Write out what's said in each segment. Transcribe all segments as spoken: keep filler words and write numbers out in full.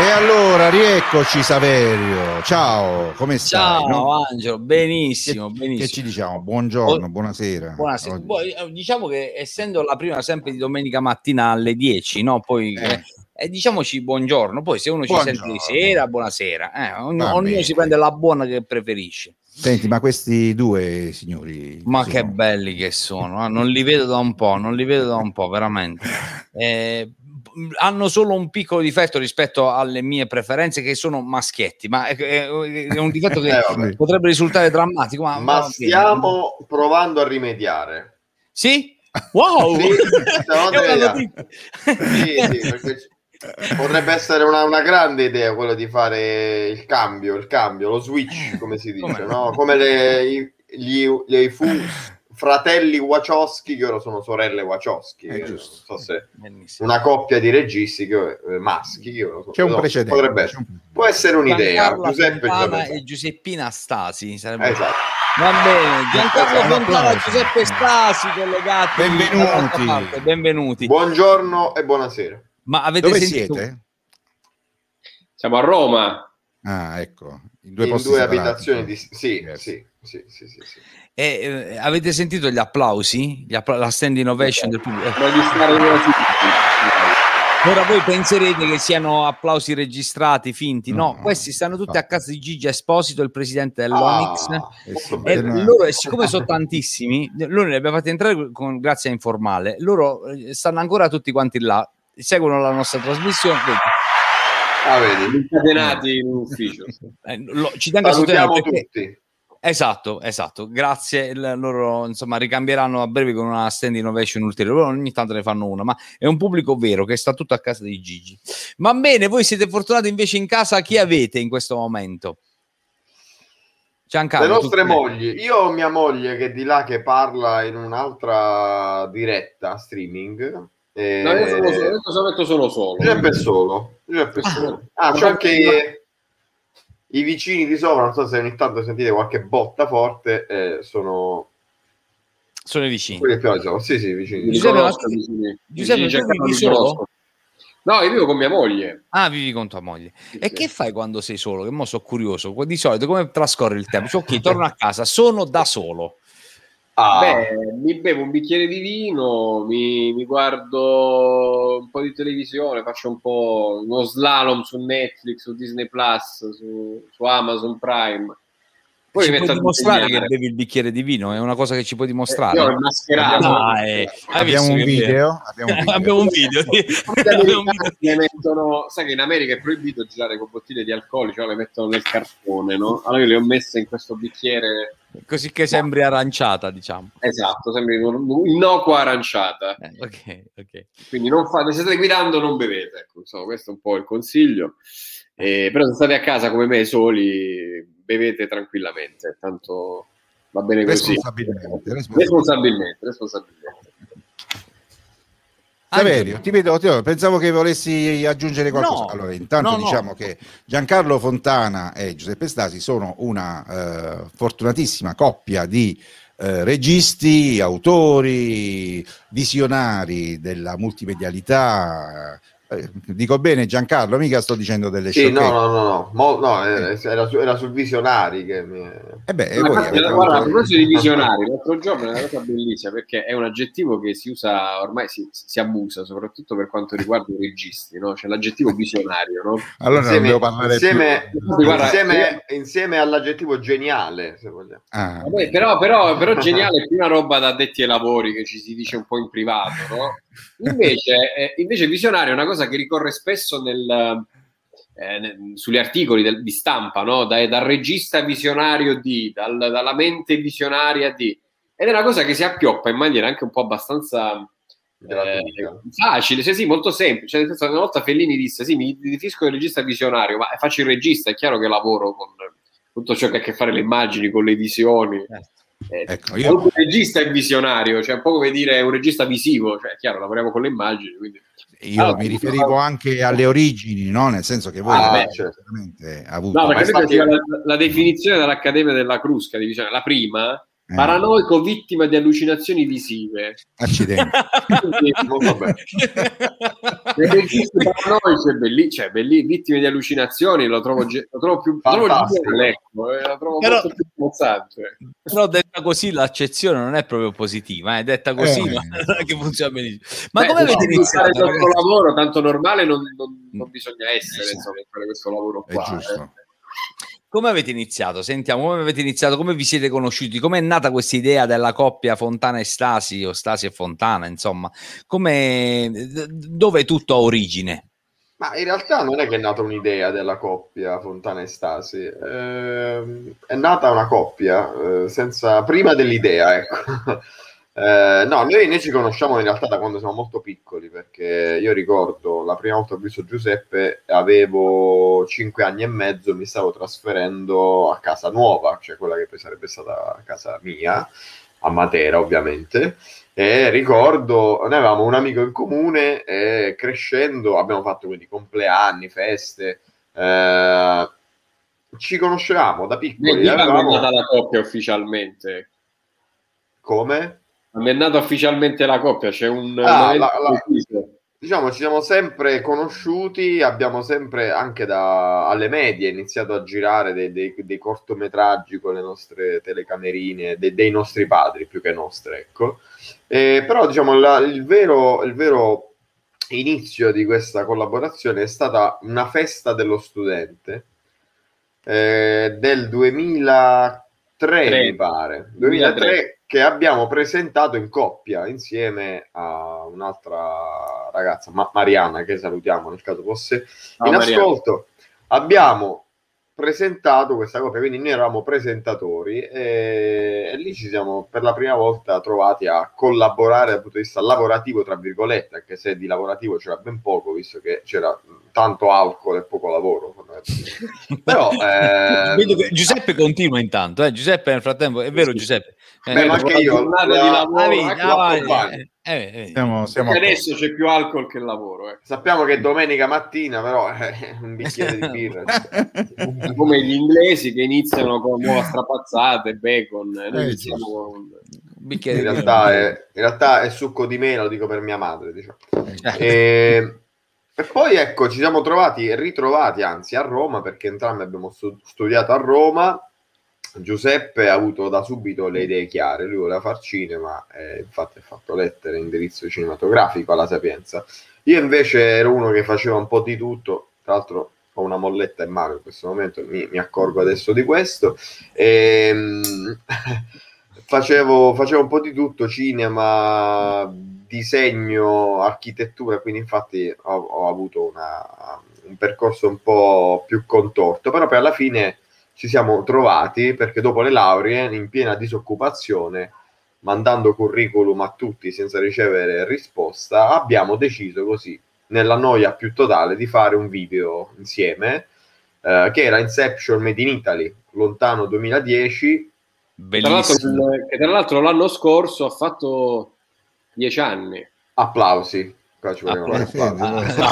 allora, rieccoci Saverio, ciao, come stai? Ciao no? Angelo, benissimo, che, benissimo. Che ci diciamo? Buongiorno, oh, buonasera. Buonasera. Oggi. Diciamo che essendo la prima sempre di domenica mattina alle dieci, no? Poi eh. Eh, diciamoci buongiorno, poi se uno buongiorno. ci sente di sera, buonasera. Eh, ognuno, ognuno si prende la buona che preferisce. Senti, ma questi due signori... Ma che sono... belli che sono, eh? Non li vedo da un po', non li vedo da un po', veramente. Eh, hanno solo un piccolo difetto rispetto alle mie preferenze, che sono maschietti, ma è, è, è un difetto che eh, potrebbe risultare drammatico. Ma, ma stiamo bene. provando a rimediare. Sì? Wow! Sì, sì, sì, perché potrebbe essere una, una grande idea quello di fare il cambio, il cambio, lo switch, come si dice, no? Come le, gli, gli fu fratelli Wachowski, che ora sono sorelle Wachowski, eh, non so se Bellissimo. Una coppia di registi che, eh, maschi, che so, c'è un no, precedente, potrebbe essere, può essere un'idea. Giuseppe Fontana e Giuseppina Stasi sarebbe... esatto. Va bene, Giancarlo Fontana e Giuseppe Stasi collegati. Benvenuti. Benvenuti. Buongiorno e buonasera. Ma avete Dove sentito... siete? Siamo a Roma. Ah, ecco, in due, in posti due separati, abitazioni di... sì, sì, sì, sì, sì, sì. E, eh, avete sentito gli applausi? Gli appla- la stand innovation del pubblico? Ora voi penserete che siano applausi registrati, finti. No, no questi stanno tutti no. a casa di Gigi Esposito, il presidente dell'Onyx. Ah, e bene. Loro, siccome sono tantissimi, loro li abbiamo fatti entrare con grazia informale. Loro stanno ancora tutti quanti là, seguono la nostra trasmissione. Ah, vedi, incatenati in ufficio. Eh, lo, ci tengo a sottolineare perché... tutti. Esatto, esatto. Grazie. Loro insomma ricambieranno a breve con una stand innovation ulteriore. Loro ogni tanto ne fanno una, ma è un pubblico vero che sta tutto a casa di Gigi. Va bene, voi siete fortunati invece in casa. Chi avete in questo momento? Giancarlo, le nostre mogli. Io ho mia moglie che è di là che parla in un'altra diretta streaming. E... No, io sono solo, sono solo solo. Giuseppe solo. Giuseppe solo. Ah, c'è anche i vicini di sopra, non so se ogni tanto sentite qualche botta forte, eh, sono sono i vicini. Quelli più alti, sì, sì, vicini. Giuseppe, ma... vicini. Giuseppe, vicini, tu vivi solo? No, io vivo con mia moglie. Ah, vivi con tua moglie. Sì, e sì. Che fai quando sei solo? Che mo sono curioso. Di solito come trascorri il tempo? Cioè, ok, torno a casa, sono da solo. Ah. Beh, mi bevo un bicchiere di vino, mi, mi guardo un po' di televisione, faccio un po' uno slalom su Netflix, su Disney Plus, su, su Amazon Prime. Poi ci mi puoi dimostrare che bevi il bicchiere di vino? È una cosa che ci puoi dimostrare? Eh, io ho mascherato. Dai, abbiamo, un video, abbiamo un video. abbiamo un video. abbiamo un video. Mettono, sai che in America è proibito girare con bottiglie di alcolici, cioè le mettono nel cartone, no? Allora io le ho messe in questo bicchiere. Così che sembri aranciata, diciamo. Esatto, sembri innocua aranciata. Eh, ok, ok. Quindi non fate, se state guidando non bevete, ecco, insomma, questo è un po' il consiglio. Eh, però se state a casa come me soli, bevete tranquillamente, tanto va bene così. Responsabilmente. Responsabilmente, responsabilmente. Saverio, ti vedo, ti vedo, pensavo che volessi aggiungere qualcosa. No, allora, intanto no, diciamo no. che Giancarlo Fontana e Giuseppe Stasi sono una eh, fortunatissima coppia di eh, registi, autori, visionari della multimedialità. Eh, dico bene Giancarlo, mica sto dicendo delle sì, sciocchezze. no, no, no, no, Mo, no era, su, era sul visionari che mi... eh beh, Ma voi infatti, guarda, a proposito di visionari, l'altro giorno è una cosa bellissima perché è un aggettivo che si usa, ormai si, si abusa, soprattutto per quanto riguarda i registi, no? C'è l'aggettivo visionario, no? Allora insieme, non devo parlare insieme, più. Guarda, insieme, insieme all'aggettivo geniale, se vogliamo. Ah, Vabbè, però, però, però geniale è più una roba da addetti ai lavori che ci si dice un po' in privato, no? Invece, eh, invece visionario è una cosa che ricorre spesso nel, eh, nel, sugli articoli del, di stampa, no? Da, dal regista visionario di, dal, dalla mente visionaria di, ed è una cosa che si appioppa in maniera anche un po' abbastanza eh, facile, sì, sì, molto semplice. Cioè, nel senso, una volta Fellini disse: sì, mi definisco il regista visionario, ma faccio il regista, è chiaro che lavoro con tutto ciò che ha a che fare le immagini, con le visioni. Eh, ecco, io... Un regista è visionario, cioè un po' come dire un regista visivo, cioè chiaro, lavoriamo con le immagini, quindi... io allora, mi riferivo fa... anche alle origini, no? Nel senso che voi ah, avete certamente avuto no, perché infatti... la, la definizione dall'Accademia della Crusca di visione, la prima Eh. Paranoico vittima di allucinazioni visive. Accidenti. Vabbè. I registi paranoici, belli, cioè, belli, vittime di allucinazioni, lo trovo, lo trovo più, lo trovo geniale, ecco, eh, lo trovo però, molto più smozzante. Però detta così l'accezione non è proprio positiva, è eh, detta così eh, ma non è che funziona benissimo. Ma beh, come avete iniziato? Fare il nostro lavoro, tanto normale non, non, non bisogna essere, insomma, per fare questo lavoro qua. È giusto. Eh. Come avete iniziato? Sentiamo, come avete iniziato? Come vi siete conosciuti? Come è nata questa idea della coppia Fontana e Stasi, o Stasi e Fontana, insomma? Come, dove tutto ha origine? Ma in realtà non è che è nata un'idea della coppia Fontana e Stasi, eh, è nata una coppia eh, senza, prima dell'idea, ecco. Eh, no, noi, noi ci conosciamo in realtà da quando siamo molto piccoli, perché io ricordo la prima volta che ho visto Giuseppe avevo cinque anni e mezzo, mi stavo trasferendo a casa nuova, cioè quella che poi sarebbe stata casa mia, a Matera ovviamente, e ricordo, noi avevamo un amico in comune e crescendo abbiamo fatto quindi compleanni, feste, eh, ci conoscevamo da piccoli. Quindi avevamo... è nata la coppia ufficialmente. Come? È nata ufficialmente la coppia, c'è un... Ah, la, la, diciamo, ci siamo sempre conosciuti, abbiamo sempre, anche da, alle medie, iniziato a girare dei, dei, dei cortometraggi con le nostre telecamerine, dei, dei nostri padri più che nostre, ecco. Eh, però, diciamo, la, il, vero, il vero inizio di questa collaborazione è stata una festa dello studente eh, del duemilatré, Tre. mi pare, duemilatré, che abbiamo presentato in coppia insieme a un'altra ragazza, Ma- Mariana, che salutiamo nel caso fosse oh, in Mariana. ascolto. Abbiamo presentato questa coppia, quindi noi eravamo presentatori e, e lì ci siamo per la prima volta trovati a collaborare dal punto di vista lavorativo, tra virgolette, anche se di lavorativo c'era ben poco, visto che c'era tanto alcol e poco lavoro. Però eh, vedo che Giuseppe continua intanto, eh? Giuseppe nel frattempo, è vero Giuseppe? Eh, Beh, ma anche io la, di lavoro, ah, eh, eh, eh. Siamo, siamo adesso c'è più alcol che lavoro, eh. Sappiamo che domenica mattina però eh, un bicchiere di birra come gli inglesi che iniziano con uova strapazzate, bacon, noi eh, iniziamo con un bicchiere in realtà è, in realtà è succo di mela, lo dico per mia madre, diciamo. e, e poi ecco, ci siamo trovati ritrovati anzi a Roma, perché entrambi abbiamo stu- studiato a Roma. Giuseppe ha avuto da subito le idee chiare, lui voleva far cinema, eh, infatti ha fatto lettere, indirizzo cinematografico alla Sapienza. Io invece ero uno che faceva un po' di tutto, tra l'altro ho una molletta in mano in questo momento, mi, mi accorgo adesso di questo, e, mh, facevo, facevo un po' di tutto, cinema, disegno, architettura, quindi infatti ho, ho avuto una, un percorso un po' più contorto, però poi alla fine ci siamo trovati perché dopo le lauree, in piena disoccupazione, mandando curriculum a tutti senza ricevere risposta, abbiamo deciso così, nella noia più totale, di fare un video insieme, eh, che era Inception Made in Italy, lontano duemiladieci. Bellissimo. Tra che tra l'altro l'anno scorso ha fatto dieci anni. Applausi. Qua ci volevano ah, applausi. Sì,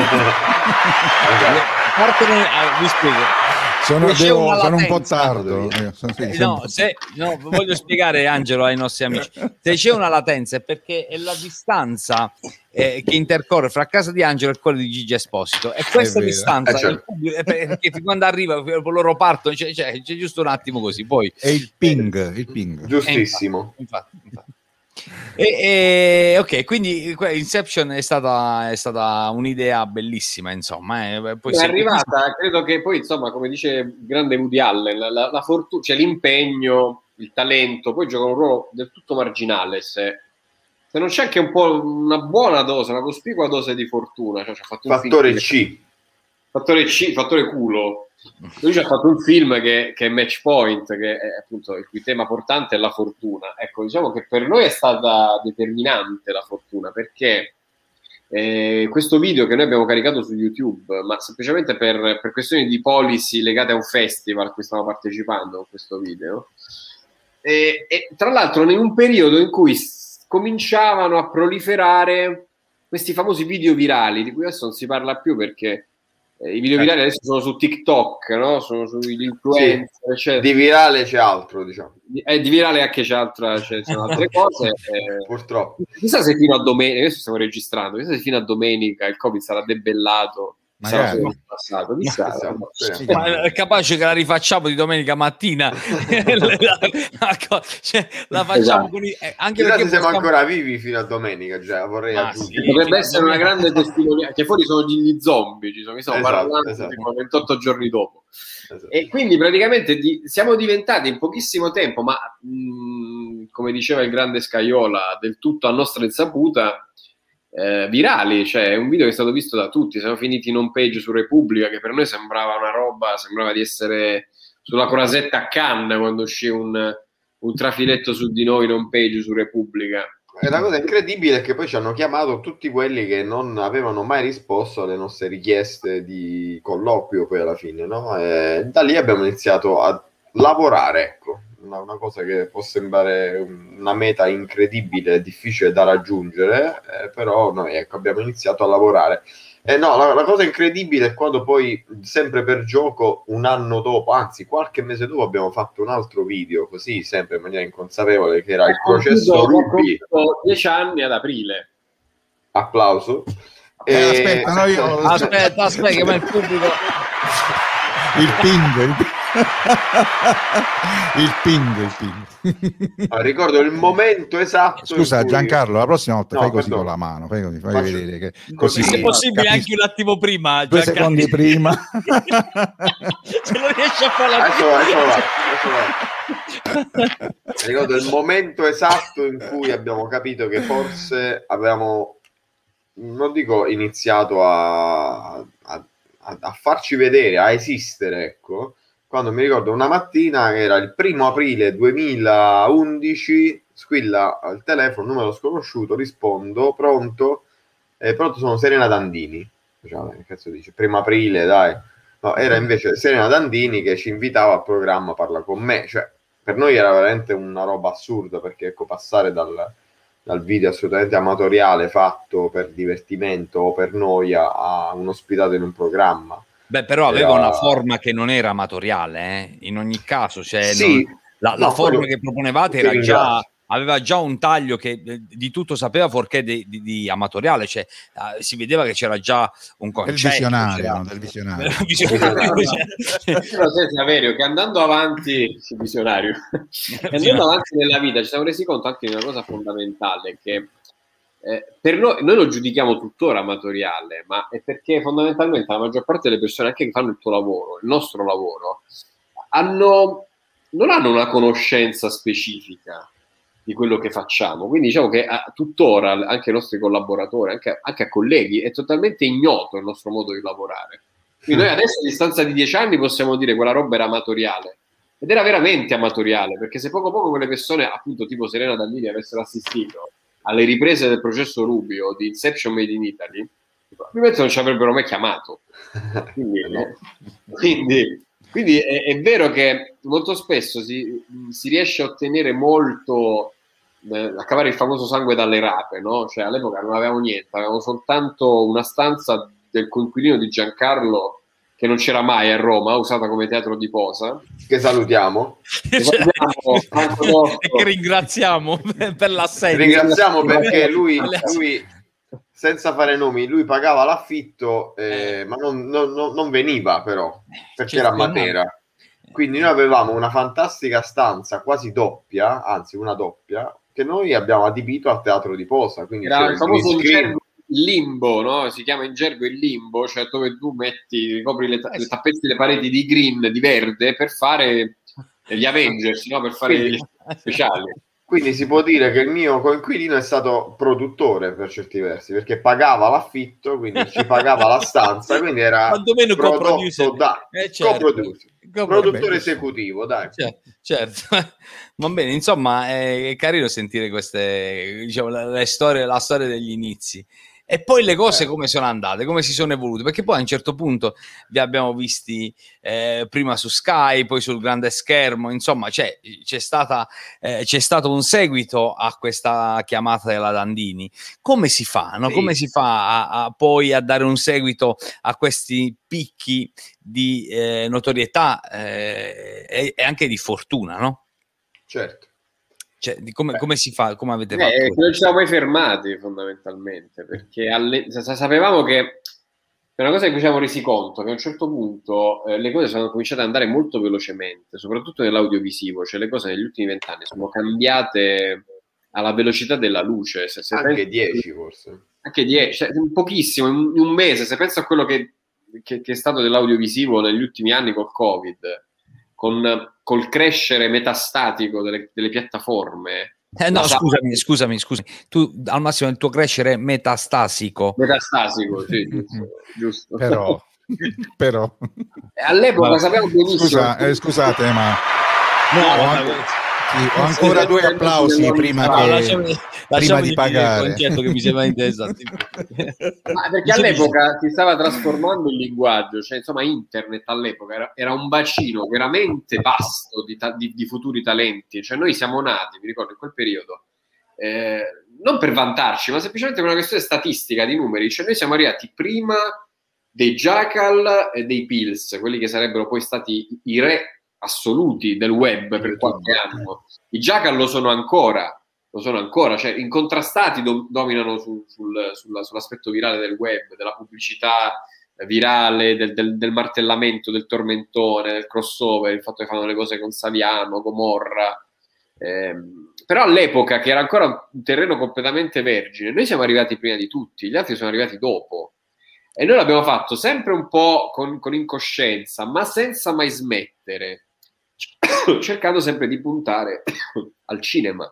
ah, vi spiego. Sono, devo, sono un po' tardo. Eh, no, se, no, voglio spiegare, Angelo, ai nostri amici. Se c'è una latenza è perché è la distanza eh, che intercorre fra casa di Angelo e quella di Gigi Esposito. E questa distanza, eh, certo. pubblico, perché quando arriva, loro partono, c'è, c'è, c'è giusto un attimo così. Poi è il ping, il ping. Giustissimo. Eh, infatti, infatti, infatti. E, e, ok, quindi Inception è stata, è stata un'idea bellissima, insomma. Eh. Poi è se... arrivata, credo che poi, insomma, come dice il grande Woody Allen, la, la, la fortuna, cioè l'impegno, il talento, poi giocano un ruolo del tutto marginale se, se non c'è anche un po' una buona dose, una cospicua dose di fortuna. Cioè, c'ha fatto un fattore film C. Che, fattore C, fattore culo. Lui ci ha fatto un film che, che è Match Point, che è appunto il cui tema portante è la fortuna. Ecco, diciamo che per noi è stata determinante la fortuna, perché eh, questo video che noi abbiamo caricato su YouTube, ma semplicemente per, per questioni di policy legate a un festival a cui stiamo partecipando con questo video, e, e tra l'altro in un periodo in cui s- cominciavano a proliferare questi famosi video virali, di cui adesso non si parla più perché i video virali adesso sono su TikTok, no? Sono sugli influencer, sì. Eccetera. Di virale c'è altro, diciamo. Di, eh, di virale anche c'è altra, c'è, sono altre cose. Eh, Purtroppo. Chissà se fino a domenica, adesso stiamo registrando, chissà se fino a domenica il Covid sarà debellato. Sarà passato, chissà, ma, no, sì, ma è capace che la rifacciamo di domenica mattina. Cioè, la facciamo esatto. Con i, eh, anche perché se siamo possiamo... ancora vivi fino a domenica, cioè, vorrei ah, aggiungere. Sì, potrebbe essere una grande testimonianza, che fuori sono gli zombie, ci sono, mi stiamo esatto, parlando esatto. Tipo ventotto giorni dopo. Esatto. E quindi praticamente di, siamo diventati in pochissimo tempo, ma mh, come diceva il grande Scaiola, del tutto a nostra insaputa, Eh, virali, cioè è un video che è stato visto da tutti. Siamo finiti in home page su Repubblica, che per noi sembrava una roba, sembrava di essere sulla Corasetta a Cannes quando uscì un, un trafiletto su di noi in home page su Repubblica. E la cosa incredibile è che poi ci hanno chiamato tutti quelli che non avevano mai risposto alle nostre richieste di colloquio poi alla fine, no? E da lì abbiamo iniziato a lavorare, ecco. Una, una cosa che può sembrare una meta incredibile e difficile da raggiungere, eh, però noi ecco, abbiamo iniziato a lavorare. Eh, no, la, la cosa incredibile è quando poi, sempre per gioco, un anno dopo, anzi qualche mese dopo, abbiamo fatto un altro video, così sempre in maniera inconsapevole, che era il processo Ruby. Dieci anni ad aprile. Applauso. Eh, e... Aspetta, no, io... aspetta, aspetta, che ma il pubblico... Il ping, il ping. il ping, il ping. Ah, ricordo il momento esatto. Scusa cui... Giancarlo, la prossima volta no, fai così perdone. con la mano, fai così, fai Faccio... vedere che così se è possibile capisco. Anche un attimo prima, due Giancarlo. secondi prima. Se non riesci a fare la ecco, ecco, ecco. Ricordo il momento esatto in cui abbiamo capito che forse avevamo, non dico iniziato a, a, a farci vedere, a esistere, ecco. Quando mi ricordo una mattina, era il primo aprile duemilaundici, squilla al telefono, numero sconosciuto, rispondo, pronto, eh, pronto, sono Serena Dandini. Diciamo, che cazzo dice? Primo aprile, dai. No, era invece Serena Dandini che ci invitava al programma Parla con me. Cioè, per noi era veramente una roba assurda, perché ecco, passare dal, dal video assolutamente amatoriale fatto per divertimento o per noia a un ospitato in un programma. Beh, però aveva era... una forma che non era amatoriale, eh? In ogni caso, cioè sì, non... la, la no, forma quello... che proponevate era già, aveva già un taglio che di tutto sapeva, fuorché di, di, di amatoriale, cioè uh, si vedeva che c'era già un concetto. Del visionario, del visionario. Del visionario. Però senti, Averio, che andando avanti, visionario, andando avanti nella vita ci siamo resi conto anche di una cosa fondamentale, che Eh, per noi, noi lo giudichiamo tuttora amatoriale, ma è perché fondamentalmente la maggior parte delle persone, anche che fanno il tuo lavoro, il nostro lavoro, hanno, non hanno una conoscenza specifica di quello che facciamo. Quindi diciamo che a, tuttora anche ai nostri collaboratori, anche, anche a colleghi, è totalmente ignoto il nostro modo di lavorare. Quindi noi adesso a distanza di dieci anni possiamo dire che quella roba era amatoriale. Ed era veramente amatoriale, perché se poco poco quelle persone, appunto tipo Serena Dandini, avessero assistito alle riprese del processo Ruby o di Inception Made in Italy, probabilmente non ci avrebbero mai chiamato. Quindi, eh, quindi, quindi è, è vero che molto spesso si, si riesce a ottenere molto, eh, a cavare il famoso sangue dalle rape, no? Cioè all'epoca non avevamo niente, avevamo soltanto una stanza del coinquilino di Giancarlo, che non c'era mai a Roma, usata come teatro di posa, che salutiamo, che salutiamo e che ringraziamo per l'assenza. Ringraziamo perché lui, lui senza fare nomi, lui pagava l'affitto, eh, eh. ma non, non, non veniva però, perché era a Matera. Quindi noi avevamo una fantastica stanza quasi doppia, anzi una doppia, che noi abbiamo adibito al teatro di posa. Quindi era il famoso limbo, no? Si chiama in gergo il limbo, cioè dove tu metti, ricopri le, le tappezzi le pareti di green, di verde, per fare gli Avengers, no? Per fare quindi, gli speciali. Quindi si può dire che il mio coinquilino è stato produttore per certi versi, perché pagava l'affitto, quindi ci pagava la stanza, quindi era quantomeno prodotto da eh, certo. co-producer. Produttore esecutivo, dai. Certo, certo. Va bene, insomma, è carino sentire queste, diciamo, la, la storia, la storia degli inizi. E poi le cose come sono andate, come si sono evolute, perché poi a un certo punto vi abbiamo visti eh, prima su Sky, poi sul grande schermo, insomma c'è, c'è, stata, eh, c'è stato un seguito a questa chiamata della Dandini. Come si fa? No? Sì. Come si fa a, a poi a dare un seguito a questi picchi di eh, notorietà eh, e, e anche di fortuna, no? Certo. Cioè, di come, come si fa? Come avete eh, fatto? Non ci siamo mai fermati fondamentalmente, perché alle, sapevamo che è una cosa che ci siamo resi conto che a un certo punto eh, le cose sono cominciate ad andare molto velocemente, soprattutto nell'audiovisivo, cioè le cose negli ultimi vent'anni sono cambiate alla velocità della luce. Se, se anche pensi, dieci forse. Anche dieci, cioè, pochissimo, in un, in un mese, se penso a quello che, che, che è stato dell'audiovisivo negli ultimi anni col Covid, con col crescere metastatico delle, delle piattaforme. Eh no, scusami, scusami, scusami. Tu al massimo il tuo crescere è metastasico. Metastasico, sì, giusto. giusto. Però, però. All'epoca ma, sappiamo benissimo. Scusa, eh, scusate, ma no, ho, anche, sì, ho ancora due applausi prima, no, che, lasciami, prima di pagare. Il concetto che mi sembra interessante. Ma perché all'epoca si stava trasformando il linguaggio, cioè insomma internet all'epoca era, era un bacino veramente vasto di, ta- di, di futuri talenti, cioè noi siamo nati, mi ricordo in quel periodo, eh, non per vantarci, ma semplicemente per una questione statistica di numeri, cioè noi siamo arrivati prima dei Jackal e dei Pills, quelli che sarebbero poi stati i re assoluti del web per qualche anno. I Jackal lo sono ancora, lo sono ancora, cioè incontrastati do- dominano su, sul, sulla, sull'aspetto virale del web, della pubblicità virale, del, del, del martellamento, del tormentone, del crossover, il fatto che fanno le cose con Saviano, Gomorra. Eh, però all'epoca, che era ancora un terreno completamente vergine, noi siamo arrivati prima di tutti, gli altri sono arrivati dopo. E noi l'abbiamo fatto sempre un po' con, con incoscienza, ma senza mai smettere, cercando sempre di puntare al cinema.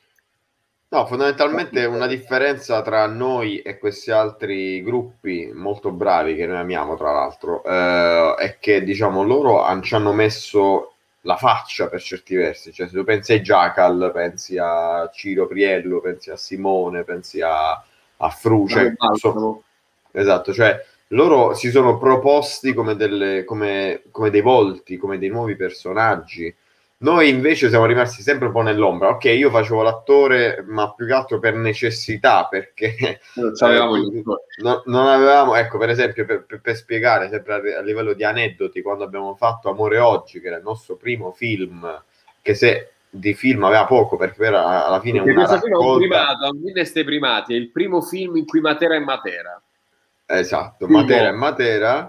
No, fondamentalmente una differenza tra noi e questi altri gruppi molto bravi che noi amiamo, tra l'altro, eh, è che diciamo loro han, ci hanno messo la faccia per certi versi. Cioè, se tu pensi ai Jackal, pensi a Ciro Priello, pensi a Simone, pensi a, a Fruce. So, esatto, cioè loro si sono proposti come, delle, come, come dei volti, come dei nuovi personaggi. Noi invece siamo rimasti sempre un po' nell'ombra. Ok, io facevo l'attore, ma più che altro per necessità, perché non, avevamo eh, non, non avevamo, ecco, per esempio, per, per, per spiegare, sempre a, a livello di aneddoti, quando abbiamo fatto Amore Oggi, che era il nostro primo film, che se di film aveva poco, perché era alla fine perché una questo raccolta... film è un primato, un Guinness dei primati, è il primo film in cui Matera è Matera. Esatto, Matera è Matera.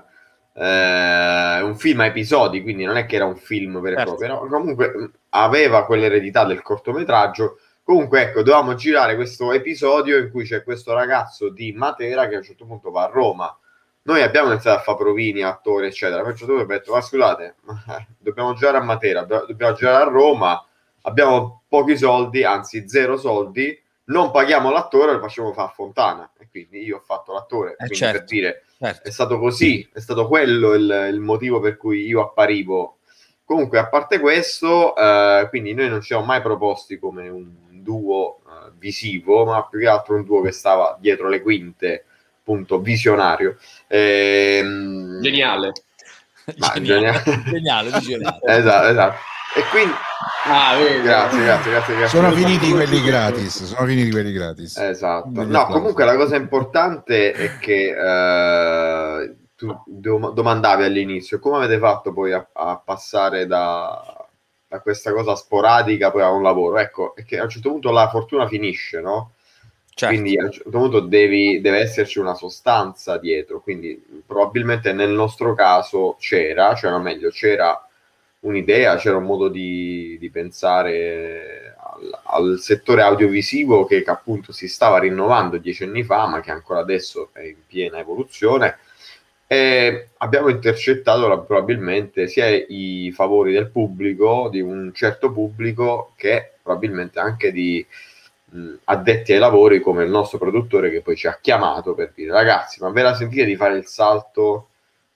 Eh, un film a episodi, quindi non è che era un film vero e proprio, però comunque aveva quell'eredità del cortometraggio. Comunque ecco, dovevamo girare questo episodio in cui c'è questo ragazzo di Matera che a un certo punto va a Roma. Noi abbiamo iniziato a fare provini, attori eccetera, a un certo punto abbiamo detto ma scusate, ma dobbiamo girare a Matera, dobbiamo girare a Roma, abbiamo pochi soldi, anzi zero soldi, non paghiamo l'attore, lo facciamo fare a Fontana. E quindi io ho fatto l'attore, eh quindi certo. per dire Certo. È stato così, è stato quello il, il motivo per cui io apparivo. Comunque, a parte questo, eh, quindi noi non ci siamo mai proposti come un duo eh, visivo, ma più che altro un duo che stava dietro le quinte, appunto, visionario. Ehm, geniale. Ma geniale, geniale, visionario. esatto, esatto. E quindi ah, vedi. Grazie, grazie, grazie, grazie. Sono finiti quelli gratis, sono finiti quelli gratis. Esatto. No, comunque la cosa importante è che eh, tu dom- domandavi all'inizio come avete fatto poi a, a passare da, da questa cosa sporadica poi a un lavoro. Ecco, è che a un certo punto la fortuna finisce, no? Certo. Quindi a un certo punto devi, deve esserci una sostanza dietro, quindi probabilmente nel nostro caso c'era, cioè no, meglio, c'era un'idea, c'era un modo di, di pensare al, al settore audiovisivo che, che appunto si stava rinnovando dieci anni fa, ma che ancora adesso è in piena evoluzione, e abbiamo intercettato probabilmente sia i favori del pubblico, di un certo pubblico, che probabilmente anche di mh, addetti ai lavori come il nostro produttore, che poi ci ha chiamato per dire ragazzi, ma ve la sentite di fare il salto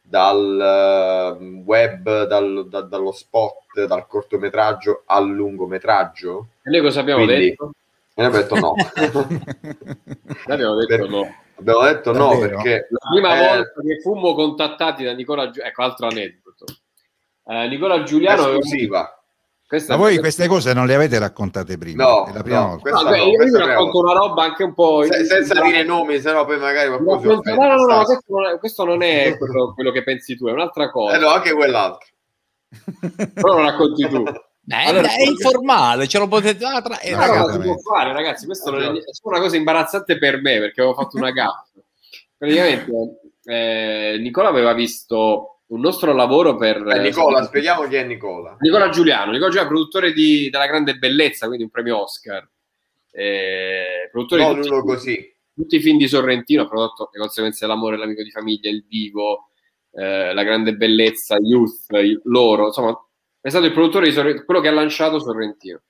dal uh, web, dal, da, dallo spot, dal cortometraggio al lungometraggio? E noi cosa abbiamo Quindi, detto? E noi abbiamo detto no. Abbiamo detto per, no. Abbiamo detto no, Davvero? perché La prima eh, volta che fummo contattati da Nicola Giuliano, ecco, altro aneddoto. Eh, Nicola Giuliano esclusiva. questa Ma è voi questa- queste cose non le avete raccontate prima? No, È la prima no, volta. questa No, beh, no, io questa vi è la racconto prima una roba anche un po' Se- senza dire nomi, sennò poi magari qualcuno si Racconto- offende. no, no, no, no, Sta- questo non è, questo non è quello, quello che pensi tu, è un'altra cosa. Eh no, anche quell'altro. Però lo racconti tu. Beh, Allora, è informale, ce lo potete ah, tra... eh, no, no, ma si può Esattamente. fare, ragazzi. Questo non è, Esatto. è solo una cosa imbarazzante per me perché avevo fatto una gaffa. Praticamente, eh, Nicola aveva visto un nostro lavoro per Eh, Nicola, spieghiamo chi è Nicola. Nicola Giuliano. Nicola Giuliano, produttore di, della Grande Bellezza, quindi un premio Oscar. Eh, produttore Non di tutti, uno così. tutti i film di Sorrentino, ha prodotto Le conseguenze dell'amore, L'amico di famiglia, Il vivo, eh, La Grande Bellezza, Youth, Loro, insomma, è stato il produttore di Sorrentino, quello che ha lanciato Sorrentino.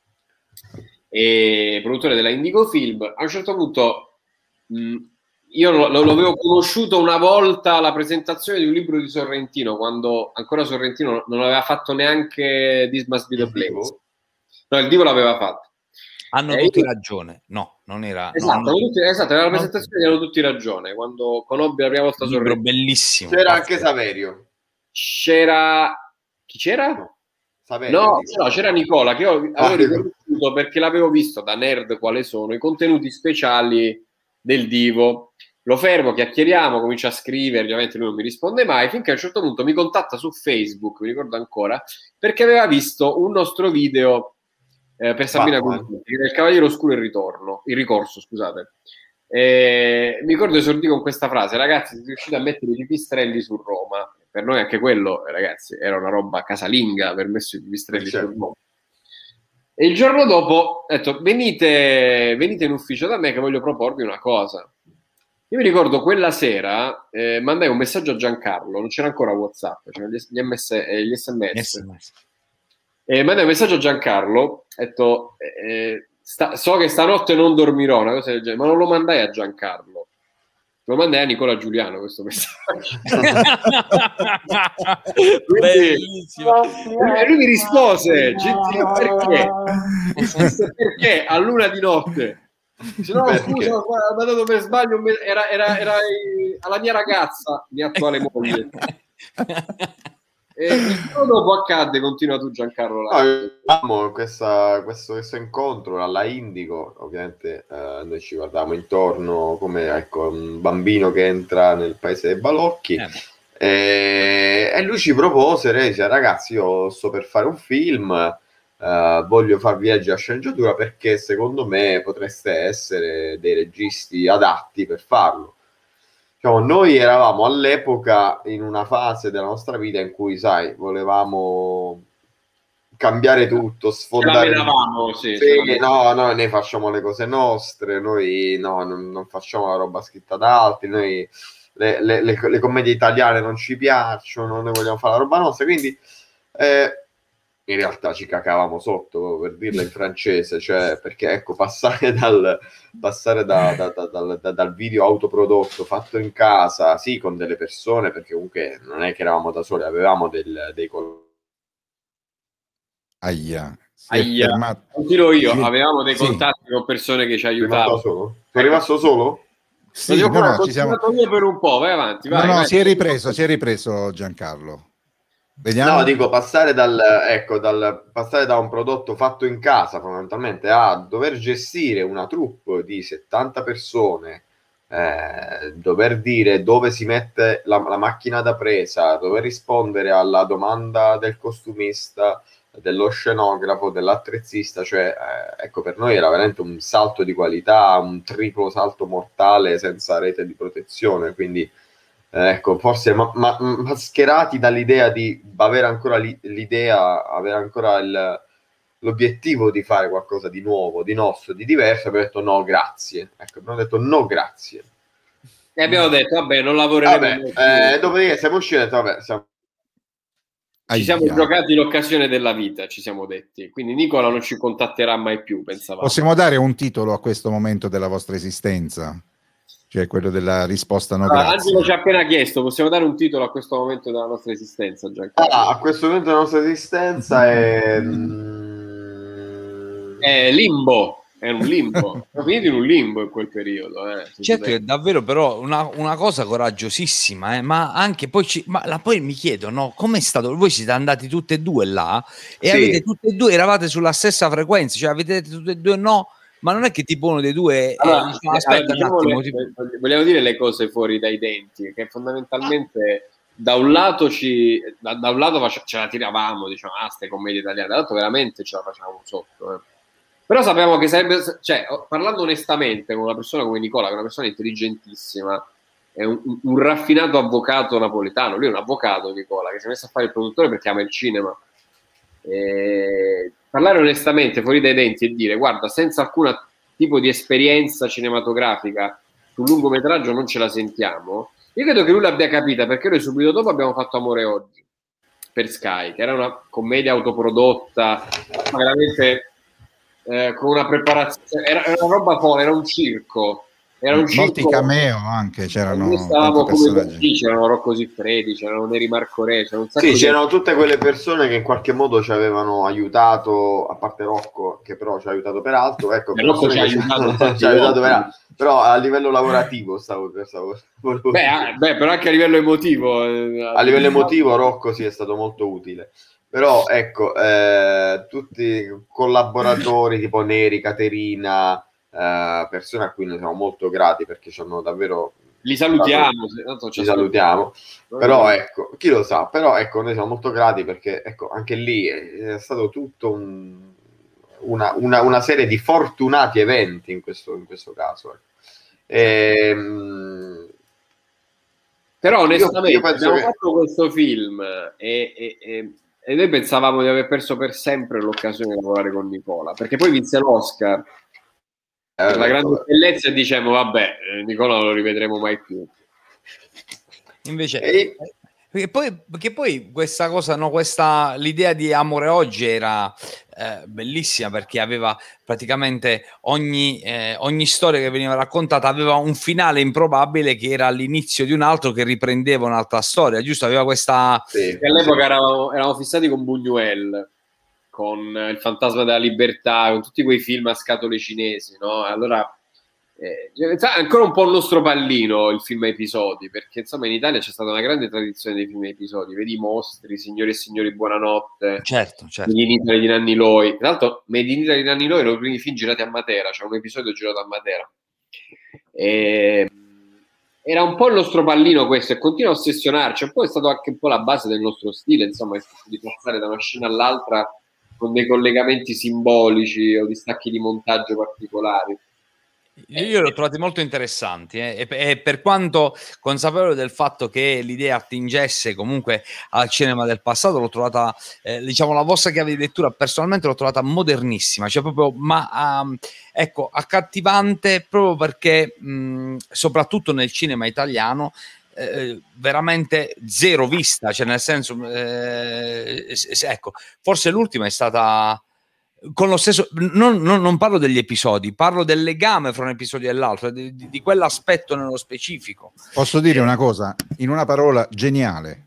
E produttore della Indigo Film. A un certo punto mh, io lo, lo avevo conosciuto una volta alla presentazione di un libro di Sorrentino, quando ancora Sorrentino non aveva fatto neanche This Must Be the Il Place. Divo? No, il Divo l'aveva fatto. Hanno Eh, tutti io- ragione. No, non era... no, Esatto, hanno hanno tutti, esatto, nella no. presentazione hanno tutti ragione. Quando conobbi la prima volta Un libro Sorrentino bellissimo. C'era pazzesco. anche Saverio. c'era... Chi c'era? Saverio No, dico. no, c'era Nicola che io avevo Ah, riconosciuto perché l'avevo visto da nerd quali sono i contenuti speciali del Divo. Lo fermo, chiacchieriamo, comincia a scrivere, ovviamente lui non mi risponde mai, finché a un certo punto mi contatta su Facebook, mi ricordo ancora, perché aveva visto un nostro video eh, per Sabina Batman. Guzzanti, Il Cavaliere Oscuro e il Ritorno, il ricorso, scusate. E mi ricordo esordì con questa frase: ragazzi, siete riusciti a mettere i pipistrelli su Roma. Per noi anche quello, ragazzi, era una roba casalinga, aver messo i pipistrelli Certo. su Roma. E il giorno dopo ho detto: venite, venite in ufficio da me che voglio proporvi una cosa. Io mi ricordo quella sera eh, mandai un messaggio a Giancarlo, non c'era ancora WhatsApp, c'erano gli, gli, M S, eh, gli S M S. Yes, yes. E mandai un messaggio a Giancarlo, ho detto eh, sta, so che stanotte non dormirò, una cosa del genere, ma non lo mandai a Giancarlo, lo mandai a Nicola Giuliano questo messaggio. Bellissimo. E lui mi rispose: Gentile, perché? Mi rispose, perché a luna di notte? Dice, no, Perché? scusa, guarda, ho mandato per sbaglio un me- era, era, era i- alla mia ragazza, mia attuale moglie. E il giorno dopo accadde, continua tu Giancarlo. No, avevamo questa- questo, questo incontro alla Indigo, ovviamente eh, noi ci guardavamo intorno come ecco, un bambino che entra nel paese dei balocchi. Eh, E, e lui ci propose, dice, ragazzi, io sto per fare un film, eh, voglio farvi leggere la sceneggiatura perché secondo me potreste essere dei registi adatti per farlo. Diciamo, noi eravamo all'epoca in una fase della nostra vita in cui, sai, volevamo cambiare tutto, Ce la sfondare. menavamo, sì, Sì, ce la menavamo. no, noi ne facciamo le cose nostre, noi no, non, non facciamo la roba scritta da altri, noi le, le- le- le commedie italiane non ci piacciono, noi vogliamo fare la roba nostra, quindi eh, in realtà ci cacavamo sotto, per dirla in francese, cioè perché ecco, passare dal, passare da- da- da- dal, da- dal video autoprodotto fatto in casa, sì, con delle persone, perché comunque non è che eravamo da soli, avevamo del- dei collaboratori. Aia, si è Aia, fermato. continuo io, Sì. avevamo dei Sì. contatti con persone che ci Sono rimasto aiutavano. solo? Sono rimasto solo? Sì, Lo no, dico, no, ho ci siamo... continuato io per un po', vai avanti, vai, no, no, vai. si è ripreso, si è ripreso Giancarlo. Vediamo. No, dico passare dal, ecco, dal passare da un prodotto fatto in casa fondamentalmente a dover gestire una troupe di settanta persone, eh, dover dire dove si mette la, la macchina da presa, dover rispondere alla domanda del costumista, dello scenografo, dell'attrezzista, cioè eh, ecco, per noi era veramente un salto di qualità, un triplo salto mortale senza rete di protezione, quindi ecco, forse ma- ma- mascherati dall'idea di avere ancora li- l'idea, avere ancora il- l'obiettivo di fare qualcosa di nuovo, di nostro, di diverso, abbiamo detto no, grazie. Ecco, abbiamo detto no, grazie. E abbiamo detto, vabbè, non lavoreremo Vabbè, mai più. eh, dopodiché siamo usciti e detto, vabbè, siamo... Ci siamo Aia. giocati l'occasione della vita, ci siamo detti. Quindi Nicola non ci contatterà mai più, pensavamo. Possiamo dare un titolo a questo momento della vostra esistenza? Cioè quello della risposta no Ah, grazie. Angelo ci ha appena chiesto, possiamo dare un titolo a questo momento della nostra esistenza, Giancarlo? Ah, a questo momento della nostra esistenza è... È Limbo. è un limbo, sono finiti in un limbo in quel periodo. Eh, certo, è davvero però una, una cosa coraggiosissima, eh, ma anche poi, ci, ma la, poi mi chiedo, no, com'è stato? Voi siete andati tutti e due là e sì. avete tutti e due, eravate sulla stessa frequenza, cioè avete detto tutti e due no, ma non è che tipo uno dei due allora, eh, diciamo, aspetta allora, un attimo. Le, tipo... vogliamo dire le cose fuori dai denti, che fondamentalmente da un lato ci da, da un lato ce la tiravamo, diciamo, ah, ste commedie italiane, dall'altro veramente ce la facevamo sotto. Eh. Però sappiamo che sarebbe, cioè, parlando onestamente con una persona come Nicola, che è una persona intelligentissima, è un, un raffinato avvocato napoletano, lui è un avvocato, Nicola, che si è messo a fare il produttore perché ama il cinema. E parlare onestamente fuori dai denti e dire, guarda, senza alcun tipo di esperienza cinematografica sul lungometraggio non ce la sentiamo. Io credo che lui l'abbia capita, perché noi subito dopo abbiamo fatto Amore Oggi per Sky, che era una commedia autoprodotta, veramente eh, con una preparazione, era, era una roba folle, era un circo. Era un molti circo, cameo anche, c'erano noi stavamo come sì, c'erano Rocco Siffredi, c'erano Neri Marco Re, c'erano un sacco sì, di... c'erano tutte quelle persone che in qualche modo ci avevano aiutato, a parte Rocco che però ci ha aiutato per altro, ecco, Rocco ci ha aiutato, ci ha aiutato per altro, però a livello lavorativo stavo, stavo beh, a, beh, però anche a livello emotivo eh, a livello emotivo Rocco sì è stato molto utile, però ecco eh, tutti i collaboratori tipo Neri, Caterina, Uh, persone a cui noi siamo molto grati perché ci hanno davvero li salutiamo, dato, li salutiamo però ecco, chi lo sa, però ecco noi siamo molto grati perché ecco anche lì è, è stato tutto un, una, una, una serie di fortunati eventi in questo, in questo caso e, però onestamente io, io abbiamo che... fatto questo film e, e, e, e noi pensavamo di aver perso per sempre l'occasione di lavorare con Nicola, perché poi vinse l'Oscar per la grande bellezza e diciamo vabbè, Nicola non lo rivedremo mai più. Invece e... Perché poi, perché poi questa cosa, no, questa l'idea di Amore Oggi era eh, bellissima, perché aveva praticamente ogni, eh, ogni storia che veniva raccontata aveva un finale improbabile che era l'inizio di un altro che riprendeva un'altra storia, giusto? Aveva questa... Sì, all'epoca eravamo, eravamo fissati con Buñuel, con Il fantasma della libertà, con tutti quei film a scatole cinesi, no? Allora eh, è ancora un po' il nostro pallino il film a episodi, perché insomma in Italia c'è stata una grande tradizione dei film a episodi, vedi I Mostri, Signori e Signori Buonanotte, certo, certo. Made in Italy di Nanni Loi. Tra l'altro Made in Italy di Nanni Loi erano i primi film girati a Matera, c'è cioè un episodio girato a Matera e... era un po' il nostro pallino questo e continua a ossessionarci, un po' è stato anche un po' la base del nostro stile, insomma, di passare da una scena all'altra con dei collegamenti simbolici o di stacchi di montaggio particolari. Io li ho trovati molto interessanti eh, e, e per quanto consapevole del fatto che l'idea attingesse comunque al cinema del passato, l'ho trovata, eh, diciamo, la vostra chiave di lettura personalmente l'ho trovata modernissima, cioè proprio, ma um, ecco, accattivante proprio perché mh, soprattutto nel cinema italiano Eh, veramente zero vista, cioè nel senso eh, ecco, forse l'ultima è stata con lo stesso, non, non, non parlo degli episodi, parlo del legame fra un episodio e l'altro, di, di, di quell'aspetto nello specifico. Posso dire una cosa, in una parola, geniale.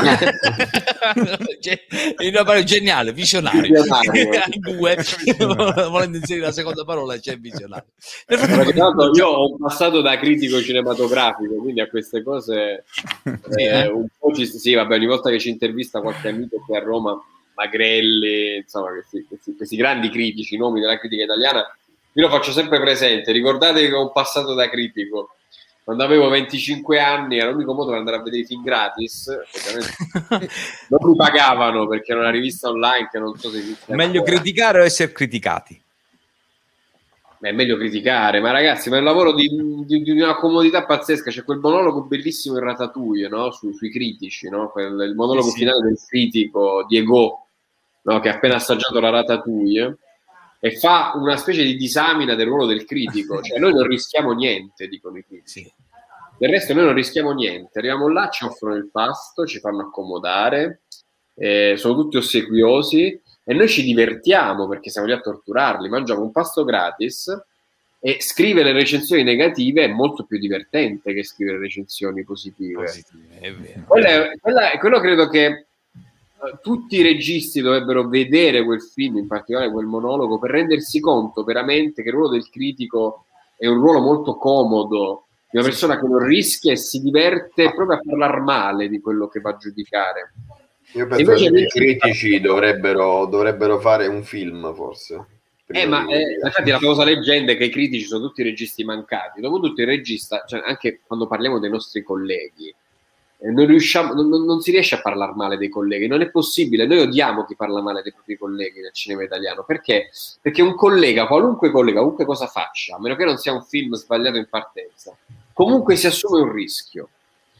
In una parola, geniale, visionario. Due, volendo inserire la seconda parola, c'è visionario. Tanto, io ho un passato da critico cinematografico, quindi a queste cose sì, eh, eh? un po' ci, sì, vabbè, ogni volta che ci intervista qualche amico qui a Roma, Magrelli, insomma, questi, questi, questi grandi critici, nomi della critica italiana, io lo faccio sempre presente. Ricordate che ho un passato da critico. Quando avevo venticinque anni era l'unico modo per andare a vedere i film gratis, non mi pagavano perché era una rivista online che non so se esiste. Meglio ancora criticare o essere criticati? Beh, è meglio criticare, ma ragazzi, ma è un lavoro di, di, di una comodità pazzesca. C'è quel monologo bellissimo in Ratatouille, no? Su, sui critici, no? Quel, il monologo sì, finale del critico Diego, no? Che ha appena assaggiato la Ratatouille e fa una specie di disamina del ruolo del critico, cioè noi non rischiamo niente, dicono i critici. Sì. Del resto noi non rischiamo niente, arriviamo là, ci offrono il pasto, ci fanno accomodare, eh, sono tutti ossequiosi e noi ci divertiamo perché siamo lì a torturarli, mangiamo un pasto gratis e scrivere le recensioni negative è molto più divertente che scrivere recensioni positive. Positive, è vero. Quella è, quella è, quello credo che tutti i registi dovrebbero vedere quel film, in particolare quel monologo, per rendersi conto veramente che il ruolo del critico è un ruolo molto comodo, di una persona che non rischia e si diverte proprio a parlare male di quello che va a giudicare. Io penso che i critici dovrebbero, dovrebbero fare un film, forse. Eh, ma eh, infatti la famosa leggenda è che i critici sono tutti registi mancati. Dopotutto il regista, cioè anche quando parliamo dei nostri colleghi, eh, non, riusciamo, non, non si riesce a parlare male dei colleghi, non è possibile. Noi odiamo chi parla male dei propri colleghi nel cinema italiano, perché? Perché un collega, qualunque collega, qualunque cosa faccia, a meno che non sia un film sbagliato in partenza, comunque si assume un rischio,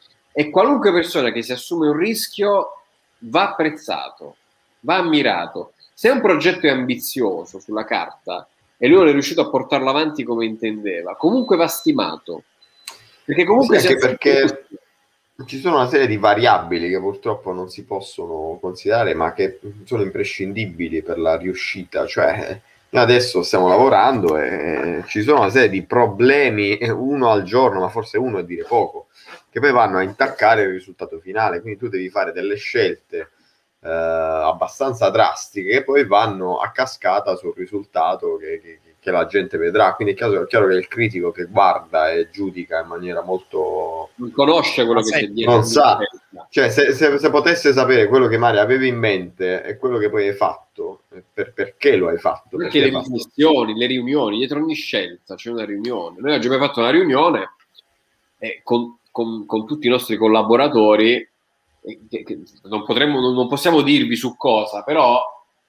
e qualunque persona che si assume un rischio va apprezzato, va ammirato. Se un progetto è ambizioso sulla carta e lui non è riuscito a portarlo avanti come intendeva, comunque va stimato, perché comunque sì, anche perché ci sono una serie di variabili che purtroppo non si possono considerare, ma che sono imprescindibili per la riuscita. Cioè, noi adesso stiamo lavorando e ci sono una serie di problemi, uno al giorno, ma forse uno è dire poco, che poi vanno a intaccare il risultato finale. Quindi tu devi fare delle scelte eh, abbastanza drastiche che poi vanno a cascata sul risultato che, che, che la gente vedrà. Quindi è chiaro, è chiaro che il critico che guarda e giudica in maniera molto... non conosce quello che c'è dietro. Non sa. Cioè, se, se, se potesse sapere quello che Mario avevi in mente e quello che poi hai fatto, per, perché lo hai fatto? Perché, perché le riflessioni, le riunioni, dietro ogni scelta c'è una riunione. Noi oggi abbiamo fatto una riunione eh, con, con, con tutti i nostri collaboratori, eh, che, che non, potremmo, non, non possiamo dirvi su cosa, però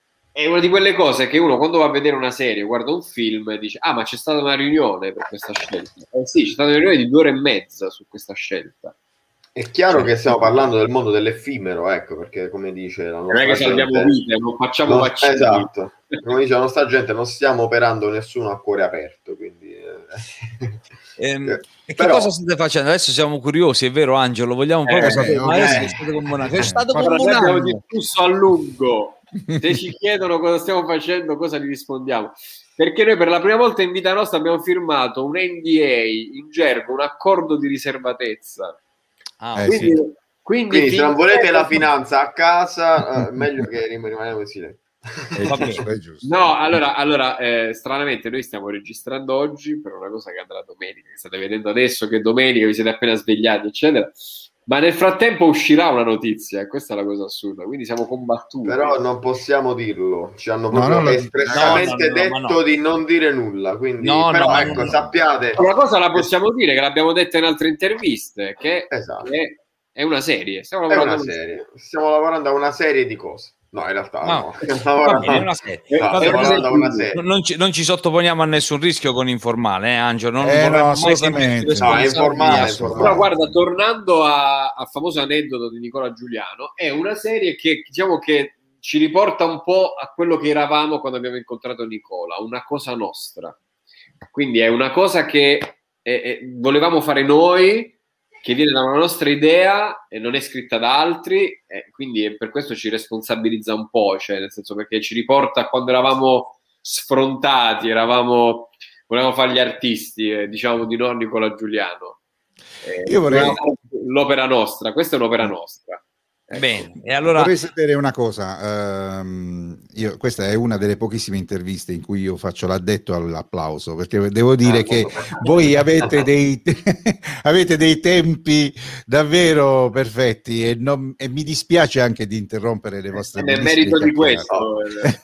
è una di quelle cose che uno quando va a vedere una serie, guarda un film e dice ah ma c'è stata una riunione per questa scelta. Eh sì, c'è stata una riunione di due ore e mezza su questa scelta. È chiaro che stiamo parlando del mondo dell'effimero, ecco, perché come dice la nostra non è che gente, salviamo vite, non facciamo non, vaccini. Esatto, come dice la nostra gente, non stiamo operando nessuno a cuore aperto, quindi... Eh. Ehm, e che Però... cosa state facendo? Adesso siamo curiosi, è vero Angelo? Vogliamo un po' eh, sapere, okay. ma adesso state con Monaco. È stato con Monaco. Abbiamo discusso a lungo. Se ci chiedono cosa stiamo facendo, cosa gli rispondiamo? Perché noi per la prima volta in vita nostra abbiamo firmato un N D A, in gergo, un accordo di riservatezza. Ah, quindi, eh, sì. quindi, quindi se non volete la finanza a casa, eh, meglio che rimaniamo in silenzio. È giusto, è giusto. No, allora, allora eh, stranamente noi stiamo registrando oggi per una cosa che andrà domenica, che state vedendo adesso che domenica vi siete appena svegliati, eccetera. Ma nel frattempo uscirà una notizia, e questa è la cosa assurda, quindi siamo combattuti. Però non possiamo dirlo, ci hanno proprio no, espressamente no, no, no, detto no. di non dire nulla, quindi no, però no, ecco, no. sappiate... Una cosa la possiamo dire, che l'abbiamo detta in altre interviste, che esatto. è, è una serie. Stiamo è una serie, stiamo lavorando a una serie di cose. No, in realtà no. no. Bene, è una serie. No, Vabbè, una serie. Non, ci, non ci sottoponiamo a nessun rischio con informale, eh, Angelo? Non eh, no, assolutamente. No, è informale, è informale. Però guarda, tornando a, al famoso aneddoto di Nicola Giuliano, è una serie che diciamo che ci riporta un po' a quello che eravamo quando abbiamo incontrato Nicola, una cosa nostra. Quindi è una cosa che è, è, volevamo fare noi, che viene da una nostra idea e non è scritta da altri, e quindi per questo ci responsabilizza un po', cioè nel senso perché ci riporta a quando eravamo sfrontati, eravamo volevamo fare gli artisti, eh, diciamo di no a Nicola Giuliano. Eh, Io vorrei... L'opera nostra, questa è un'opera nostra. Ecco. Bene, e allora vorrei sapere una cosa, um, io, questa è una delle pochissime interviste in cui io faccio l'addetto all'applauso, perché devo dire ah, che voi avete dei, avete dei tempi davvero perfetti e, non, e mi dispiace anche di interrompere le vostre è merito di questo.